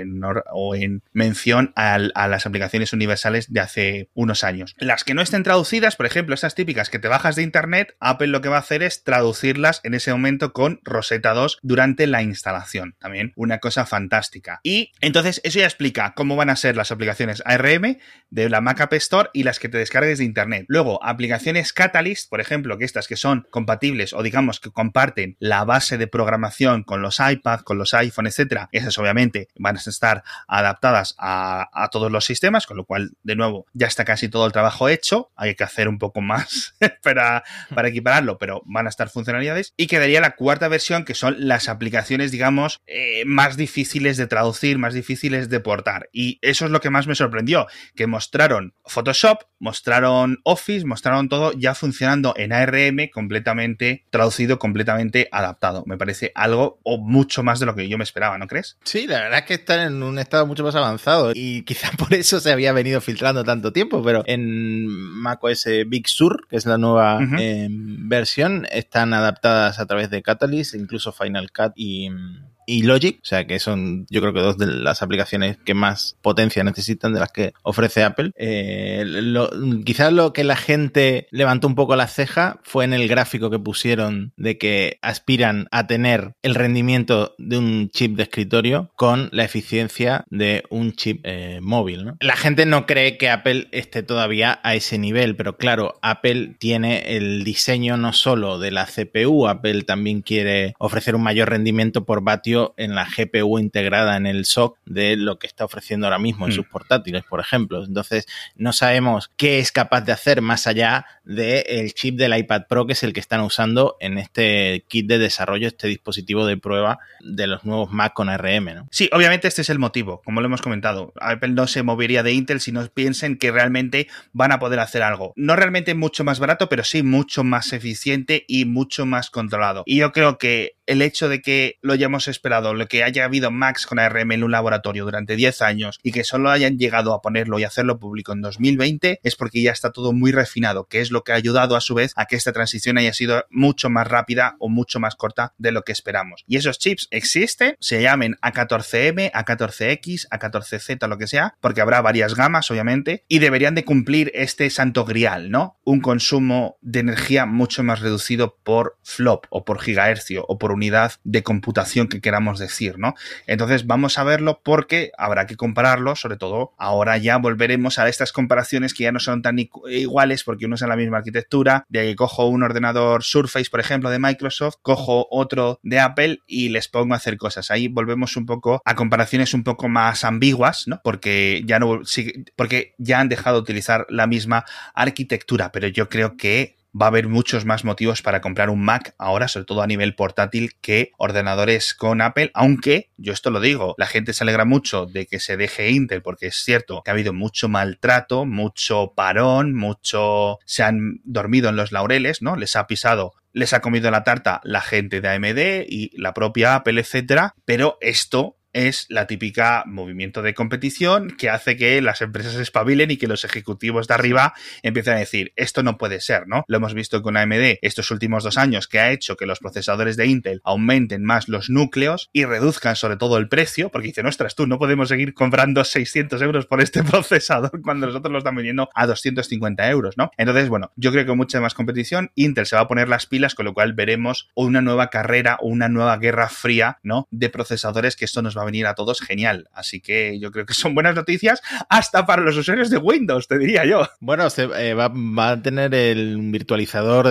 en mención a las aplicaciones universales de hace unos años. Las que no estén traducidas, por ejemplo, esas típicas que te bajas de internet, Apple lo que va a hacer es traducirlas en ese momento con Rosetta 2 durante la instalación. También una cosa fantástica. Y entonces eso ya explica cómo van a ser las aplicaciones ARM de la Mac App Store y las que te descargues de internet. Luego, aplicaciones Catalyst, por ejemplo, que estas que son compatibles o digamos que comparten la base de programación con los iPad, con los iPhone, etcétera, esas obviamente van a estar adaptadas a todos los sistemas, con lo cual, de nuevo, ya está casi todo el trabajo hecho. Hay que hacer un poco más para equipararlo, pero van a estar funcionalidades. Y quedaría la cuarta versión, que son las aplicaciones, digamos, más difíciles de traducir, más difíciles de portar. Y eso es lo que más me sorprendió, que mostraron Photoshop, mostraron Office, mostraron todo ya funcionando en ARM, completamente traducido, completamente adaptado. Me parece algo o mucho más de lo que yo me esperaba, ¿no crees? Sí, la verdad es que están en un estado mucho más avanzado y quizá por eso se había venido filtrando tanto tiempo, pero en macOS Big Sur, que es la nueva versión, están adaptadas a través de Catalyst, incluso Final Cut y Logic, o sea que son yo creo que dos de las aplicaciones que más potencia necesitan de las que ofrece Apple. Quizás lo que la gente levantó un poco la ceja fue en el gráfico que pusieron de que aspiran a tener el rendimiento de un chip de escritorio con la eficiencia de un chip móvil, ¿no? La gente no cree que Apple esté todavía a ese nivel, pero claro, Apple tiene el diseño no solo de la CPU, Apple también quiere ofrecer un mayor rendimiento por vatio en la GPU integrada en el SoC de lo que está ofreciendo ahora mismo en sus portátiles, por ejemplo. Entonces, no sabemos qué es capaz de hacer más allá del chip del iPad Pro, que es el que están usando en este kit de desarrollo, este dispositivo de prueba de los nuevos Mac con ARM, ¿no? Sí, obviamente este es el motivo, como lo hemos comentado. Apple no se movería de Intel si no piensen que realmente van a poder hacer algo. No realmente mucho más barato, pero sí mucho más eficiente y mucho más controlado. Y yo creo que el hecho de que lo hayamos esperado, lo que haya habido Macs con ARM en un laboratorio durante 10 años y que solo hayan llegado a ponerlo y hacerlo público en 2020 es porque ya está todo muy refinado, que es lo que ha ayudado a su vez a que esta transición haya sido mucho más rápida o mucho más corta de lo que esperamos. Y esos chips existen, se llamen A14M, A14X, A14Z, lo que sea, porque habrá varias gamas, obviamente, y deberían de cumplir este santo grial, ¿no? Un consumo de energía mucho más reducido por flop o por gigahercio o por unidad de computación que queramos decir, ¿no? Entonces vamos a verlo porque habrá que compararlo, sobre todo ahora ya volveremos a estas comparaciones que ya no son tan iguales porque uno es en la misma arquitectura, de que cojo un ordenador Surface, por ejemplo, de Microsoft, cojo otro de Apple y les pongo a hacer cosas. Ahí volvemos un poco a comparaciones un poco más ambiguas, ¿no? Porque ya han dejado de utilizar la misma arquitectura, pero yo creo que va a haber muchos más motivos para comprar un Mac ahora, sobre todo a nivel portátil, que ordenadores con Apple, aunque, yo esto lo digo, la gente se alegra mucho de que se deje Intel, porque es cierto que ha habido mucho maltrato, mucho parón, se han dormido en los laureles, ¿no? Les ha comido la tarta la gente de AMD y la propia Apple, etcétera, pero esto es la típica movimiento de competición que hace que las empresas espabilen y que los ejecutivos de arriba empiecen a decir, esto no puede ser, ¿no? Lo hemos visto con AMD estos últimos 2 años, que ha hecho que los procesadores de Intel aumenten más los núcleos y reduzcan sobre todo el precio, porque dicen, ostras, no podemos seguir comprando 600 euros por este procesador cuando nosotros lo estamos vendiendo a 250 euros, ¿no? Entonces, bueno, yo creo que mucha más competición, Intel se va a poner las pilas, con lo cual veremos una nueva carrera o una nueva guerra fría, ¿no? De procesadores, que esto nos va a venir a todos genial. Así que yo creo que son buenas noticias hasta para los usuarios de Windows, te diría yo. Bueno, va a tener el virtualizador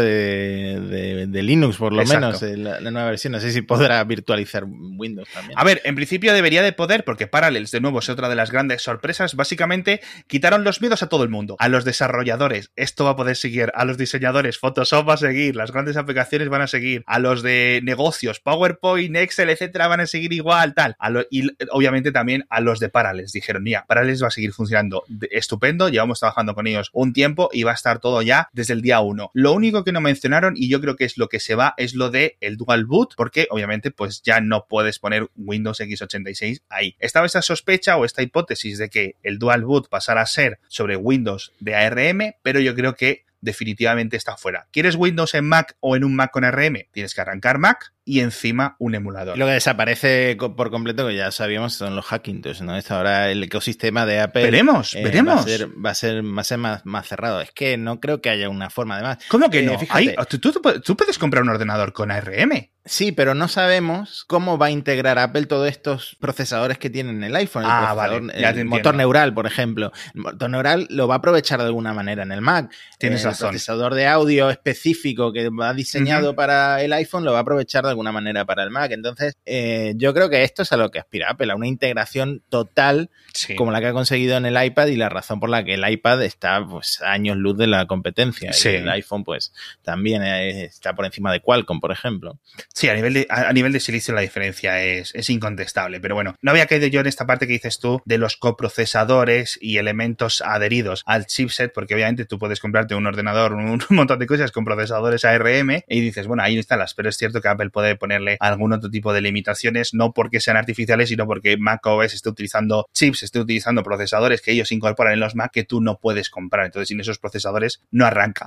de Linux, por lo menos, la nueva versión. No sé si podrá virtualizar Windows también. A ver, en principio debería de poder, porque Parallels, de nuevo, es otra de las grandes sorpresas. Básicamente, quitaron los miedos a todo el mundo. A los desarrolladores, esto va a poder seguir. A los diseñadores, Photoshop va a seguir. Las grandes aplicaciones van a seguir. A los de negocios, PowerPoint, Excel, etcétera, van a seguir igual, tal. Y obviamente también a los de Parallels. Dijeron, mira, Parallels va a seguir funcionando estupendo, llevamos trabajando con ellos un tiempo y va a estar todo ya desde el día 1. Lo único que no mencionaron, y yo creo que es lo que se va, es lo de el Dual Boot, porque obviamente pues ya no puedes poner Windows x86 ahí. Estaba esa sospecha o esta hipótesis de que el Dual Boot pasara a ser sobre Windows de ARM, pero yo creo que definitivamente está fuera. ¿Quieres Windows en Mac o en un Mac con ARM? Tienes que arrancar Mac y encima un emulador. Y lo que desaparece por completo, que ya sabíamos, son los Hackintosh, ¿no? Ahora el ecosistema de Apple veremos. Va a ser más cerrado. Es que no creo que haya una forma de más. ¿Cómo que no? Tú puedes comprar un ordenador con ARM. Sí, pero no sabemos cómo va a integrar Apple todos estos procesadores que tiene en el iPhone. El motor neural, por ejemplo. El motor neural lo va a aprovechar de alguna manera en el Mac. Tienes razón. El procesador de audio específico que va diseñado para el iPhone lo va a aprovechar de alguna manera para el Mac. Entonces, yo creo que esto es a lo que aspira Apple, a una integración total como la que ha conseguido en el iPad, y la razón por la que el iPad está pues a años luz de la competencia. Sí. Y el iPhone pues también está por encima de Qualcomm, por ejemplo. Sí, a nivel de silicio la diferencia es incontestable, pero bueno, no había caído yo en esta parte que dices tú de los coprocesadores y elementos adheridos al chipset, porque obviamente tú puedes comprarte un ordenador, un montón de cosas con procesadores ARM y dices, bueno, ahí están pero es cierto que Apple puede ponerle algún otro tipo de limitaciones, no porque sean artificiales, sino porque macOS esté utilizando chips, esté utilizando procesadores que ellos incorporan en los Mac que tú no puedes comprar, entonces sin esos procesadores no arranca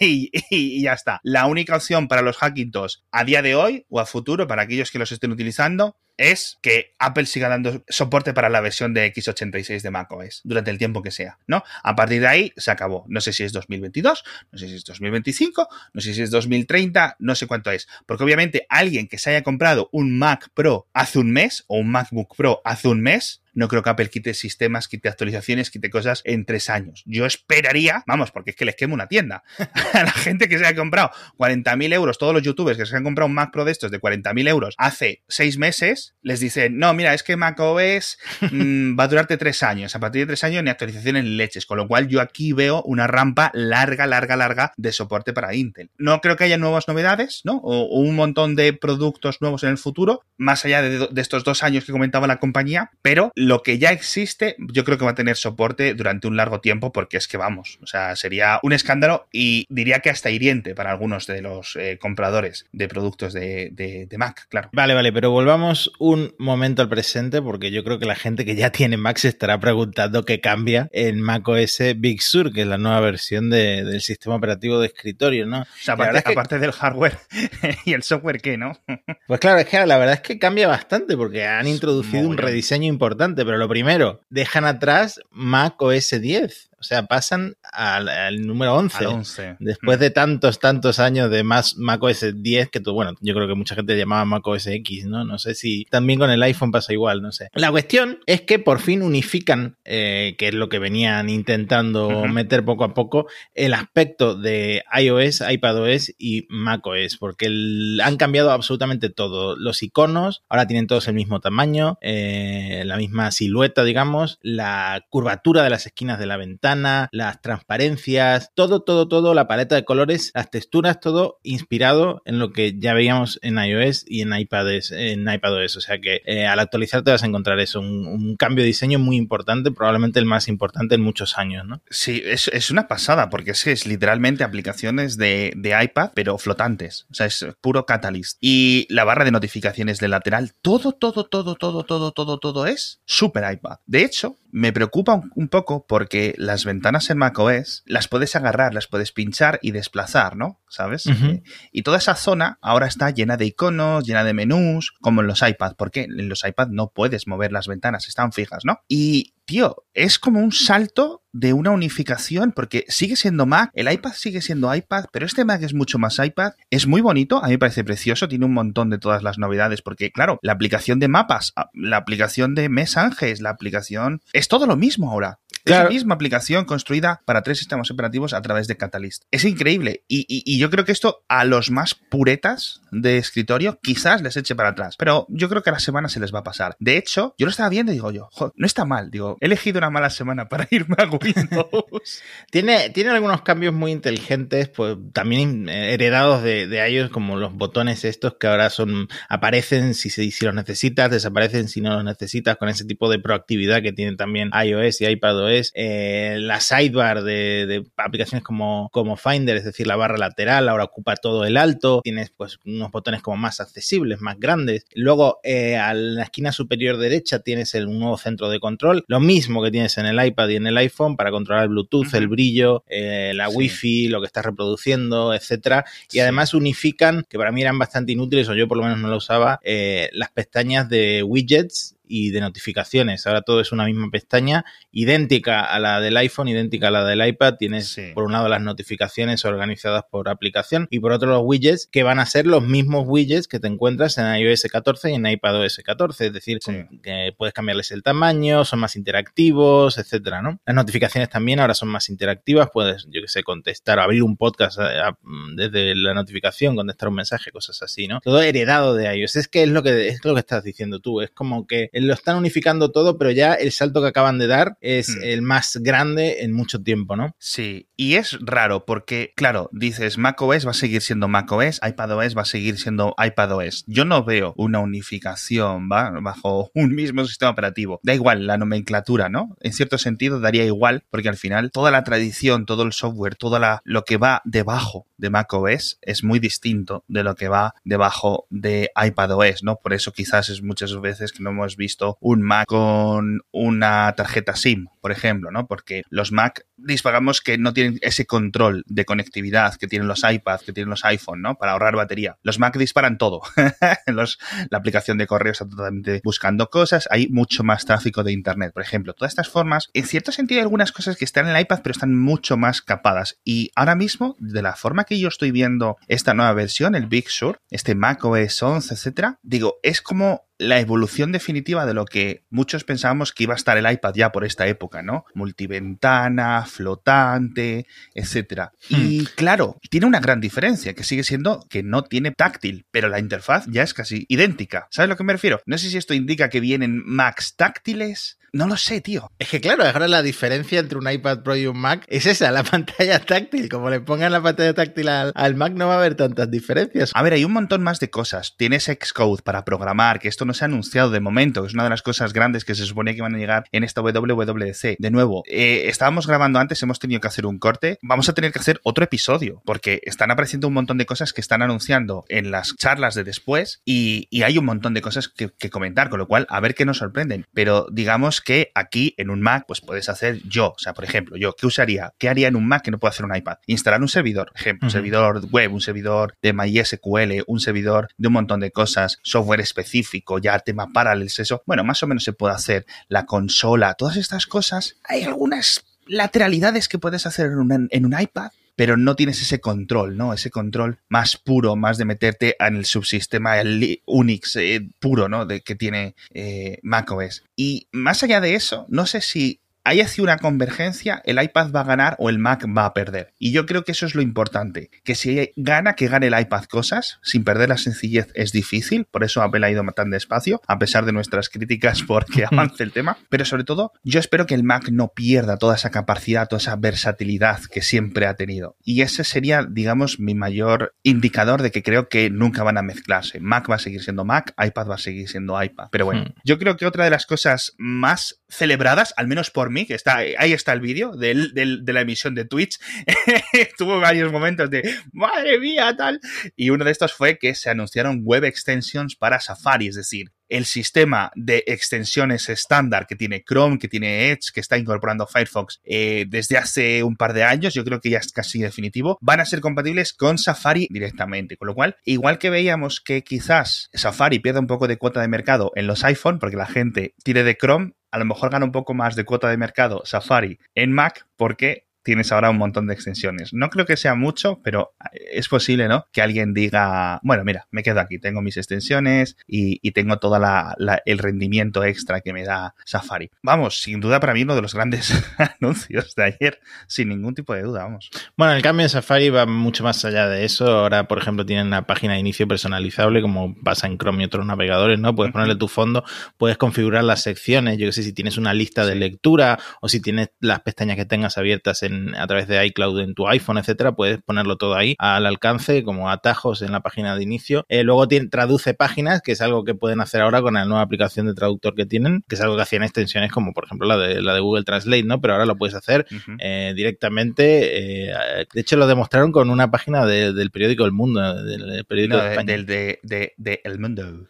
y ya está. La única opción para los Hackintosh a día de hoy o a futuro, para aquellos que los estén utilizando, es que Apple siga dando soporte para la versión de x86 de macOS durante el tiempo que sea, ¿no? A partir de ahí se acabó. No sé si es 2022, no sé si es 2025, no sé si es 2030, no sé cuánto es. Porque obviamente alguien que se haya comprado un Mac Pro hace un mes o un MacBook Pro hace un mes, no creo que Apple quite sistemas, quite actualizaciones, quite cosas en 3 años. Yo esperaría, vamos, porque es que les quemo una tienda. A la gente que se haya comprado 40.000 euros, todos los youtubers que se han comprado un Mac Pro de estos de 40.000 euros hace 6 meses, les dicen, no, mira, es que macOS va a durarte 3 años. A partir de 3 años ni actualizaciones ni leches. Con lo cual yo aquí veo una rampa larga de soporte para Intel. No creo que haya nuevas novedades, ¿no? O un montón de productos nuevos en el futuro, más allá de estos 2 años que comentaba la compañía, pero lo que ya existe yo creo que va a tener soporte durante un largo tiempo, porque es que vamos, o sea, sería un escándalo y diría que hasta hiriente para algunos de los compradores de productos de Mac, claro. Vale, pero volvamos un momento al presente, porque yo creo que la gente que ya tiene Mac se estará preguntando qué cambia en macOS Big Sur, que es la nueva versión del sistema operativo de escritorio, ¿no? O sea, aparte del hardware y el software, ¿qué, no? Pues claro, es que la verdad es que cambia bastante, porque han introducido un rediseño importante, pero lo primero, dejan atrás Mac OS X. O sea, pasan al número 11. Al 11. Después de tantos años de más macOS 10, que bueno, yo creo que mucha gente llamaba macOS X, ¿no? No sé si también con el iPhone pasa igual, no sé. La cuestión es que por fin unifican, que es lo que venían intentando meter poco a poco, el aspecto de iOS, iPadOS y macOS, porque han cambiado absolutamente todo. Los iconos ahora tienen todos el mismo tamaño, la misma silueta, digamos, la curvatura de las esquinas de la ventana, las transparencias, todo, la paleta de colores, las texturas, todo inspirado en lo que ya veíamos en iOS y en iPadOS. O sea que al actualizar te vas a encontrar eso, un cambio de diseño muy importante, probablemente el más importante en muchos años, ¿no? Sí, es una pasada, porque es literalmente aplicaciones de iPad, pero flotantes. O sea, es puro Catalyst. Y la barra de notificaciones de lateral, todo es súper iPad. De hecho, me preocupa un poco porque las ventanas en macOS las puedes agarrar, las puedes pinchar y desplazar, ¿no? ¿Sabes? Y toda esa zona ahora está llena de iconos, llena de menús, como en los iPads, porque en los iPads no puedes mover las ventanas, están fijas, ¿no? Y, tío, es como un salto de una unificación, porque sigue siendo Mac, el iPad sigue siendo iPad, pero este Mac es mucho más iPad, es muy bonito, a mí me parece precioso, tiene un montón de todas las novedades, porque claro, la aplicación de mapas, la aplicación de mensajes, la aplicación, es todo lo mismo ahora. Claro. Es la misma aplicación construida para 3 sistemas operativos a través de Catalyst. Es increíble. Y yo creo que esto a los más puretas de escritorio quizás les eche para atrás. Pero yo creo que a la semana se les va a pasar. De hecho, yo lo estaba viendo y digo yo, joder, no está mal. Digo, he elegido una mala semana para irme a Windows. Tiene algunos cambios muy inteligentes, pues también heredados de iOS, como los botones estos que ahora aparecen si los necesitas, desaparecen si no los necesitas, con ese tipo de proactividad que tienen también iOS y iPadOS. La sidebar de aplicaciones como Finder, es decir, la barra lateral, ahora ocupa todo el alto, tienes pues unos botones como más accesibles, más grandes. Luego a la esquina superior derecha tienes un nuevo centro de control, lo mismo que tienes en el iPad y en el iPhone para controlar el Bluetooth, el brillo, la Wi-Fi, lo que estás reproduciendo, etcétera. Y además unifican, que para mí eran bastante inútiles, o yo por lo menos no lo usaba, las pestañas de widgets y de notificaciones. Ahora todo es una misma pestaña, idéntica a la del iPhone, idéntica a la del iPad. Tienes por un lado las notificaciones organizadas por aplicación y por otro los widgets, que van a ser los mismos widgets que te encuentras en iOS 14 y en iPadOS 14. Es decir, que puedes cambiarles el tamaño, son más interactivos, etcétera, ¿no? Las notificaciones también ahora son más interactivas. Puedes, yo que sé, contestar, abrir un podcast desde la notificación, contestar un mensaje, cosas así, ¿no? Todo heredado de iOS. Es que es lo que estás diciendo tú. Es como que lo están unificando todo, pero ya el salto que acaban de dar es el más grande en mucho tiempo, ¿no? Sí, y es raro porque, claro, dices macOS va a seguir siendo macOS, iPadOS va a seguir siendo iPadOS. Yo no veo una unificación bajo un mismo sistema operativo. Da igual la nomenclatura, ¿no? En cierto sentido daría igual, porque al final toda la tradición, todo el software, lo que va debajo de macOS es muy distinto de lo que va debajo de iPadOS, ¿no? Por eso quizás es muchas veces que no hemos visto un Mac con una tarjeta SIM, por ejemplo, ¿no? Porque los Mac, digamos que no tienen ese control de conectividad que tienen los iPads, que tienen los iPhone, ¿no? Para ahorrar batería. Los Mac disparan todo. La aplicación de correo está totalmente buscando cosas. Hay mucho más tráfico de Internet, por ejemplo. Todas estas formas, en cierto sentido hay algunas cosas que están en el iPad, pero están mucho más capadas. Y ahora mismo, de la forma que yo estoy viendo esta nueva versión, el Big Sur, este macOS 11, etcétera, digo, es como la evolución definitiva de lo que muchos pensábamos que iba a estar el iPad ya por esta época, ¿no? Multiventana, flotante, etcétera. Y claro, tiene una gran diferencia, que sigue siendo que no tiene táctil, pero la interfaz ya es casi idéntica. ¿Sabes a lo que me refiero? No sé si esto indica que vienen Macs táctiles. No lo sé, tío. Es que claro, ahora la diferencia entre un iPad Pro y un Mac es esa, la pantalla táctil. Como le pongan la pantalla táctil al Mac no va a haber tantas diferencias. A ver, hay un montón más de cosas. Tienes Xcode para programar, que esto no se ha anunciado de momento, que es una de las cosas grandes que se supone que van a llegar en esta WWDC. De nuevo, estábamos grabando antes, hemos tenido que hacer un corte. Vamos a tener que hacer otro episodio, porque están apareciendo un montón de cosas que están anunciando en las charlas de después y hay un montón de cosas que comentar, con lo cual, a ver qué nos sorprenden. Pero digamos que aquí en un Mac pues puedes hacer por ejemplo, ¿qué haría en un Mac que no puedo hacer en un iPad? Instalar un servidor, ejemplo, un servidor web, un servidor de MySQL, un servidor de un montón de cosas, software específico, ya tema Parallels, eso, bueno, más o menos se puede hacer, la consola, todas estas cosas, hay algunas lateralidades que puedes hacer en un iPad, pero no tienes ese control, ¿no? Ese control más puro, más de meterte en el subsistema, el Unix puro, ¿no? Que tiene macOS. Y más allá de eso, no sé si hay así una convergencia, el iPad va a ganar o el Mac va a perder. Y yo creo que eso es lo importante, que si gana, que gane el iPad cosas, sin perder la sencillez es difícil, por eso Apple ha ido tan despacio, a pesar de nuestras críticas porque avance el tema, pero sobre todo yo espero que el Mac no pierda toda esa capacidad, toda esa versatilidad que siempre ha tenido. Y ese sería, digamos, mi mayor indicador de que creo que nunca van a mezclarse. Mac va a seguir siendo Mac, iPad va a seguir siendo iPad. Pero bueno, yo creo que otra de las cosas más celebradas, al menos por mí, que ahí está el vídeo de la emisión de Twitch, tuvo varios momentos de ¡madre mía! Tal, y uno de estos fue que se anunciaron web extensions para Safari, es decir, el sistema de extensiones estándar que tiene Chrome, que tiene Edge, que está incorporando Firefox desde hace un par de años, yo creo que ya es casi definitivo, van a ser compatibles con Safari directamente. Con lo cual, igual que veíamos que quizás Safari pierda un poco de cuota de mercado en los iPhone, porque la gente tire de Chrome, a lo mejor gana un poco más de cuota de mercado Safari en Mac, porque tienes ahora un montón de extensiones. No creo que sea mucho, pero es posible, ¿no? Que alguien diga, bueno, mira, me quedo aquí, tengo mis extensiones y tengo todo el rendimiento extra que me da Safari. Vamos, sin duda para mí uno de los grandes anuncios de ayer, sin ningún tipo de duda, vamos. Bueno, el cambio de Safari va mucho más allá de eso. Ahora, por ejemplo, tienen una página de inicio personalizable, como pasa en Chrome y otros navegadores, ¿no? Puedes ponerle tu fondo, puedes configurar las secciones, yo que sé, si tienes una lista de lectura o si tienes las pestañas que tengas abiertas a través de iCloud en tu iPhone, etcétera, puedes ponerlo todo ahí al alcance como atajos en la página de inicio. Luego traduce páginas, que es algo que pueden hacer ahora con la nueva aplicación de traductor que tienen, que es algo que hacían extensiones como por ejemplo la de Google Translate, ¿no? Pero ahora lo puedes hacer directamente. De hecho, lo demostraron con una página del periódico El Mundo, del periódico de España. De El Mundo.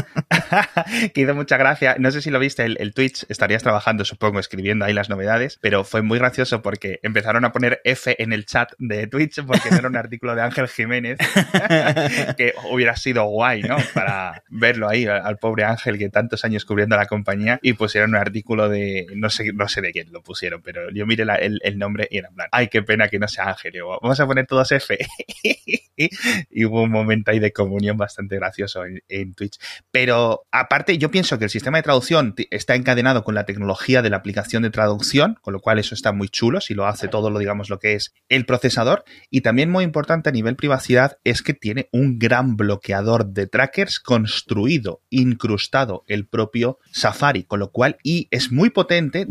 Que hizo mucha gracia. No sé si lo viste, el Twitch, estarías trabajando, supongo, escribiendo ahí las novedades, pero fue muy gracioso porque empezaron a poner F en el chat de Twitch porque no era un artículo de Ángel Jiménez que hubiera sido guay, ¿no? Para verlo ahí al pobre Ángel que tantos años cubriendo la compañía, y pusieron un artículo de no sé de quién lo pusieron, pero yo miré el nombre y era en plan, ay, qué pena que no sea Ángel, digo, vamos a poner todos F. Y hubo un momento ahí de comunión bastante gracioso en Twitch. Pero aparte, yo pienso que el sistema de traducción está encadenado con la tecnología de la aplicación de traducción, con lo cual eso está muy chulo si lo hace todo lo que es el procesador. Y también muy importante a nivel privacidad es que tiene un gran bloqueador de trackers construido, incrustado el propio Safari, con lo cual, y es muy potente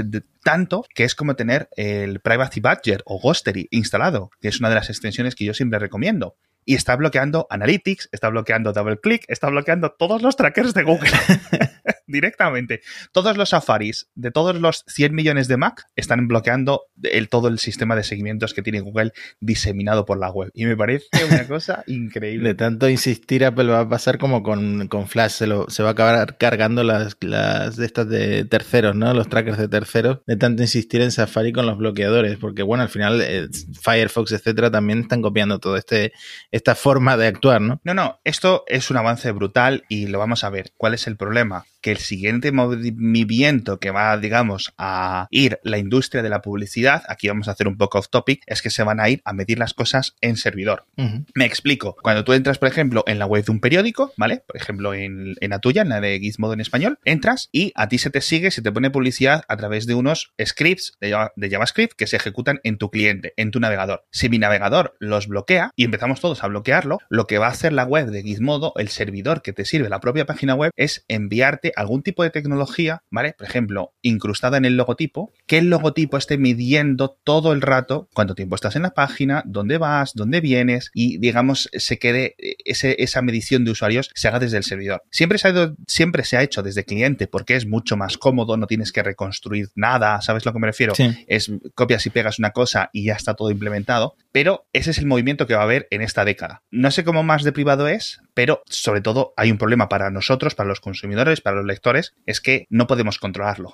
tanto que es como tener el Privacy Badger o Ghostery instalado, que es una de las extensiones que yo siempre recomiendo. Y está bloqueando Analytics, está bloqueando DoubleClick, está bloqueando todos los trackers de Google directamente. Todos los Safaris de todos los 100 millones de Mac están bloqueando todo el sistema de seguimientos que tiene Google diseminado por la web. Y me parece una cosa increíble. De tanto insistir, Apple va a pasar como con Flash. Se va a acabar cargando las de estas de terceros, ¿no? Los trackers de terceros, de tanto insistir en Safari con los bloqueadores. Porque, bueno, al final Firefox, etcétera, también están copiando todo esta forma de actuar, ¿no? No, esto es un avance brutal y lo vamos a ver. ¿Cuál es el problema? Que el siguiente movimiento que va, digamos, a ir la industria de la publicidad, aquí vamos a hacer un poco off topic, es que se van a ir a medir las cosas en servidor. Me explico. Cuando tú entras, por ejemplo, en la web de un periódico, ¿vale? Por ejemplo, en la tuya, en la de Gizmodo en español, entras y a ti se te pone publicidad a través de unos scripts de JavaScript que se ejecutan en tu cliente, en tu navegador. Si mi navegador los bloquea y empezamos todos a bloquearlo, lo que va a hacer la web de Gizmodo, el servidor que te sirve la propia página web, es enviarte algún tipo de tecnología, ¿vale? Por ejemplo, incrustada en el logotipo, que el logotipo esté midiendo todo el rato cuánto tiempo estás en la página, dónde vas, dónde vienes, y digamos se quede esa medición de usuarios se haga desde el servidor. Siempre se ha hecho desde cliente porque es mucho más cómodo, no tienes que reconstruir nada, ¿sabes a lo que me refiero? Sí. Es copias y pegas una cosa y ya está todo implementado, pero ese es el movimiento que va a haber en esta década. No sé cómo más de privado es, pero sobre todo hay un problema para nosotros, para los consumidores, para los lectores, es que no podemos controlarlo.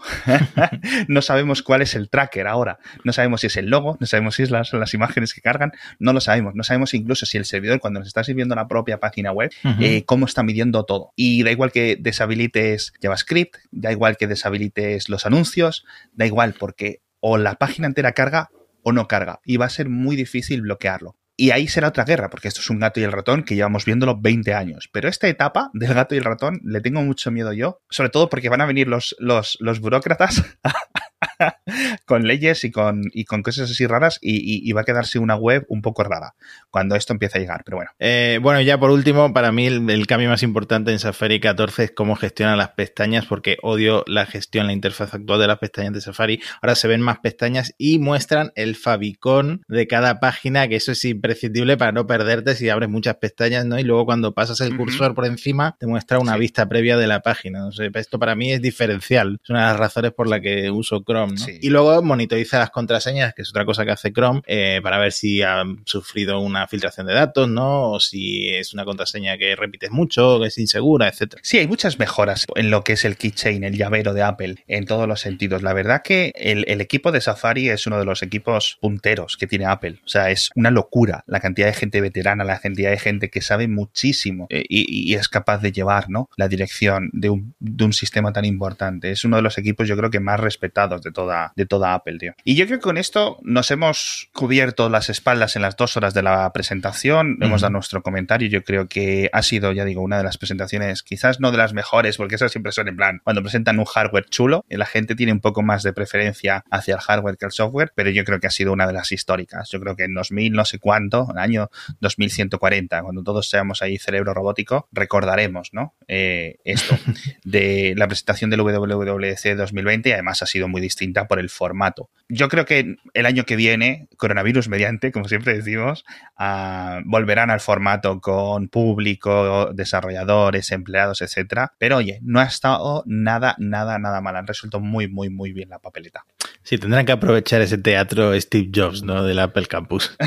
No sabemos cuál es el tracker ahora, no sabemos si es el logo, no sabemos si es las imágenes que cargan, no lo sabemos, no sabemos incluso si el servidor cuando nos está sirviendo la propia página web, cómo está midiendo todo. Y da igual que deshabilites JavaScript, da igual que deshabilites los anuncios, da igual porque o la página entera carga o no carga. Y va a ser muy difícil bloquearlo. Y ahí será otra guerra, porque esto es un gato y el ratón que llevamos viéndolo 20 años. Pero esta etapa del gato y el ratón le tengo mucho miedo yo, sobre todo porque van a venir los burócratas con leyes y con cosas así raras y va a quedarse una web un poco rara cuando esto empiece a llegar, pero bueno. Bueno, ya por último, para mí el cambio más importante en Safari 14 es cómo gestionan las pestañas, porque odio la gestión, la interfaz actual de las pestañas de Safari. Ahora se ven más pestañas y muestran el favicon de cada página, que eso es imprescindible para no perderte si abres muchas pestañas, ¿no? Y luego cuando pasas el cursor por encima te muestra una vista previa de la página. No sé, esto para mí es diferencial. Es una de las razones por la que uso Chrome, ¿no? Sí. Y luego monitoriza las contraseñas, que es otra cosa que hace Chrome, para ver si han sufrido una filtración de datos, ¿no? O si es una contraseña que repites mucho, que es insegura, etcétera. Sí, hay muchas mejoras en lo que es el keychain, el llavero de Apple, en todos los sentidos. La verdad que el equipo de Safari es uno de los equipos punteros que tiene Apple. O sea, es una locura la cantidad de gente veterana, la cantidad de gente que sabe muchísimo y es capaz de llevar, ¿no?, la dirección de un sistema tan importante. Es uno de los equipos, yo creo, que más respetados de toda Apple, tío. Y yo creo que con esto nos hemos cubierto las espaldas en las 2 horas de la presentación. Hemos dado nuestro comentario. Yo creo que ha sido, ya digo, una de las presentaciones, quizás no de las mejores, porque esas siempre son en plan, cuando presentan un hardware chulo, la gente tiene un poco más de preferencia hacia el hardware que el software, pero yo creo que ha sido una de las históricas. Yo creo que en 2000 no sé cuánto, el año 2140, cuando todos seamos ahí cerebro robótico, recordaremos, ¿no?, esto de la presentación del WWDC 2020, y además ha sido muy distinta por el formato. Yo creo que el año que viene, coronavirus mediante, como siempre decimos, volverán al formato con público, desarrolladores, empleados, etcétera. Pero oye, no ha estado nada mal. Han resuelto muy, muy, muy bien la papeleta. Sí, tendrán que aprovechar ese teatro Steve Jobs, ¿no?, del Apple Campus.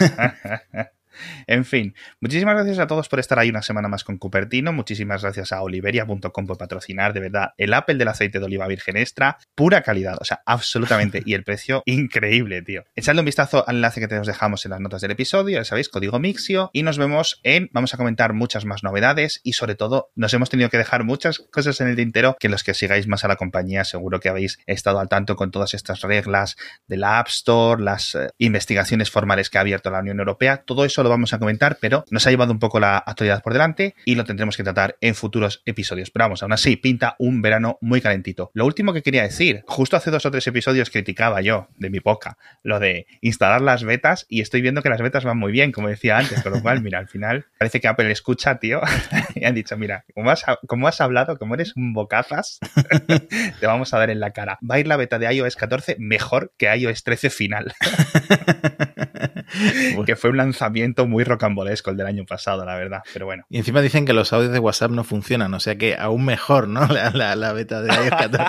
En fin, muchísimas gracias a todos por estar ahí una semana más con Cupertino. Muchísimas gracias a Oliveria.com por patrocinar, de verdad, el Apple del aceite de oliva virgen extra, pura calidad, o sea, absolutamente, y el precio increíble, tío. Echadle un vistazo al enlace que te os dejamos en las notas del episodio, ya sabéis, código Mixio, y nos vemos vamos a comentar muchas más novedades y sobre todo nos hemos tenido que dejar muchas cosas en el tintero que los que sigáis más a la compañía seguro que habéis estado al tanto con todas estas reglas de la App Store, las investigaciones formales que ha abierto la Unión Europea, todo eso lo vamos a comentar, pero nos ha llevado un poco la actualidad por delante y lo tendremos que tratar en futuros episodios. Pero vamos, aún así, pinta un verano muy calentito. Lo último que quería decir, justo hace 2 o 3 episodios criticaba yo, de mi poca, lo de instalar las betas y estoy viendo que las betas van muy bien, como decía antes, con lo cual, mira, al final parece que Apple escucha, tío, y han dicho, mira, como has hablado, como eres un bocazas, te vamos a dar en la cara. Va a ir la beta de iOS 14 mejor que iOS 13 final. Que fue un lanzamiento muy rocambolesco el del año pasado, la verdad, pero bueno. Y encima dicen que los audios de WhatsApp no funcionan, o sea que aún mejor, ¿no? La beta de iOS 14.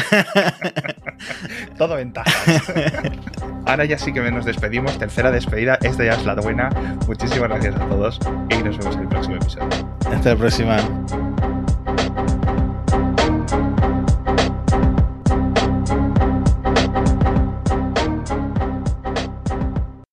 Todo ventajas. Ahora ya sí que nos despedimos, tercera despedida, esta ya es la buena. Muchísimas gracias a todos y nos vemos en el próximo episodio. Hasta la próxima.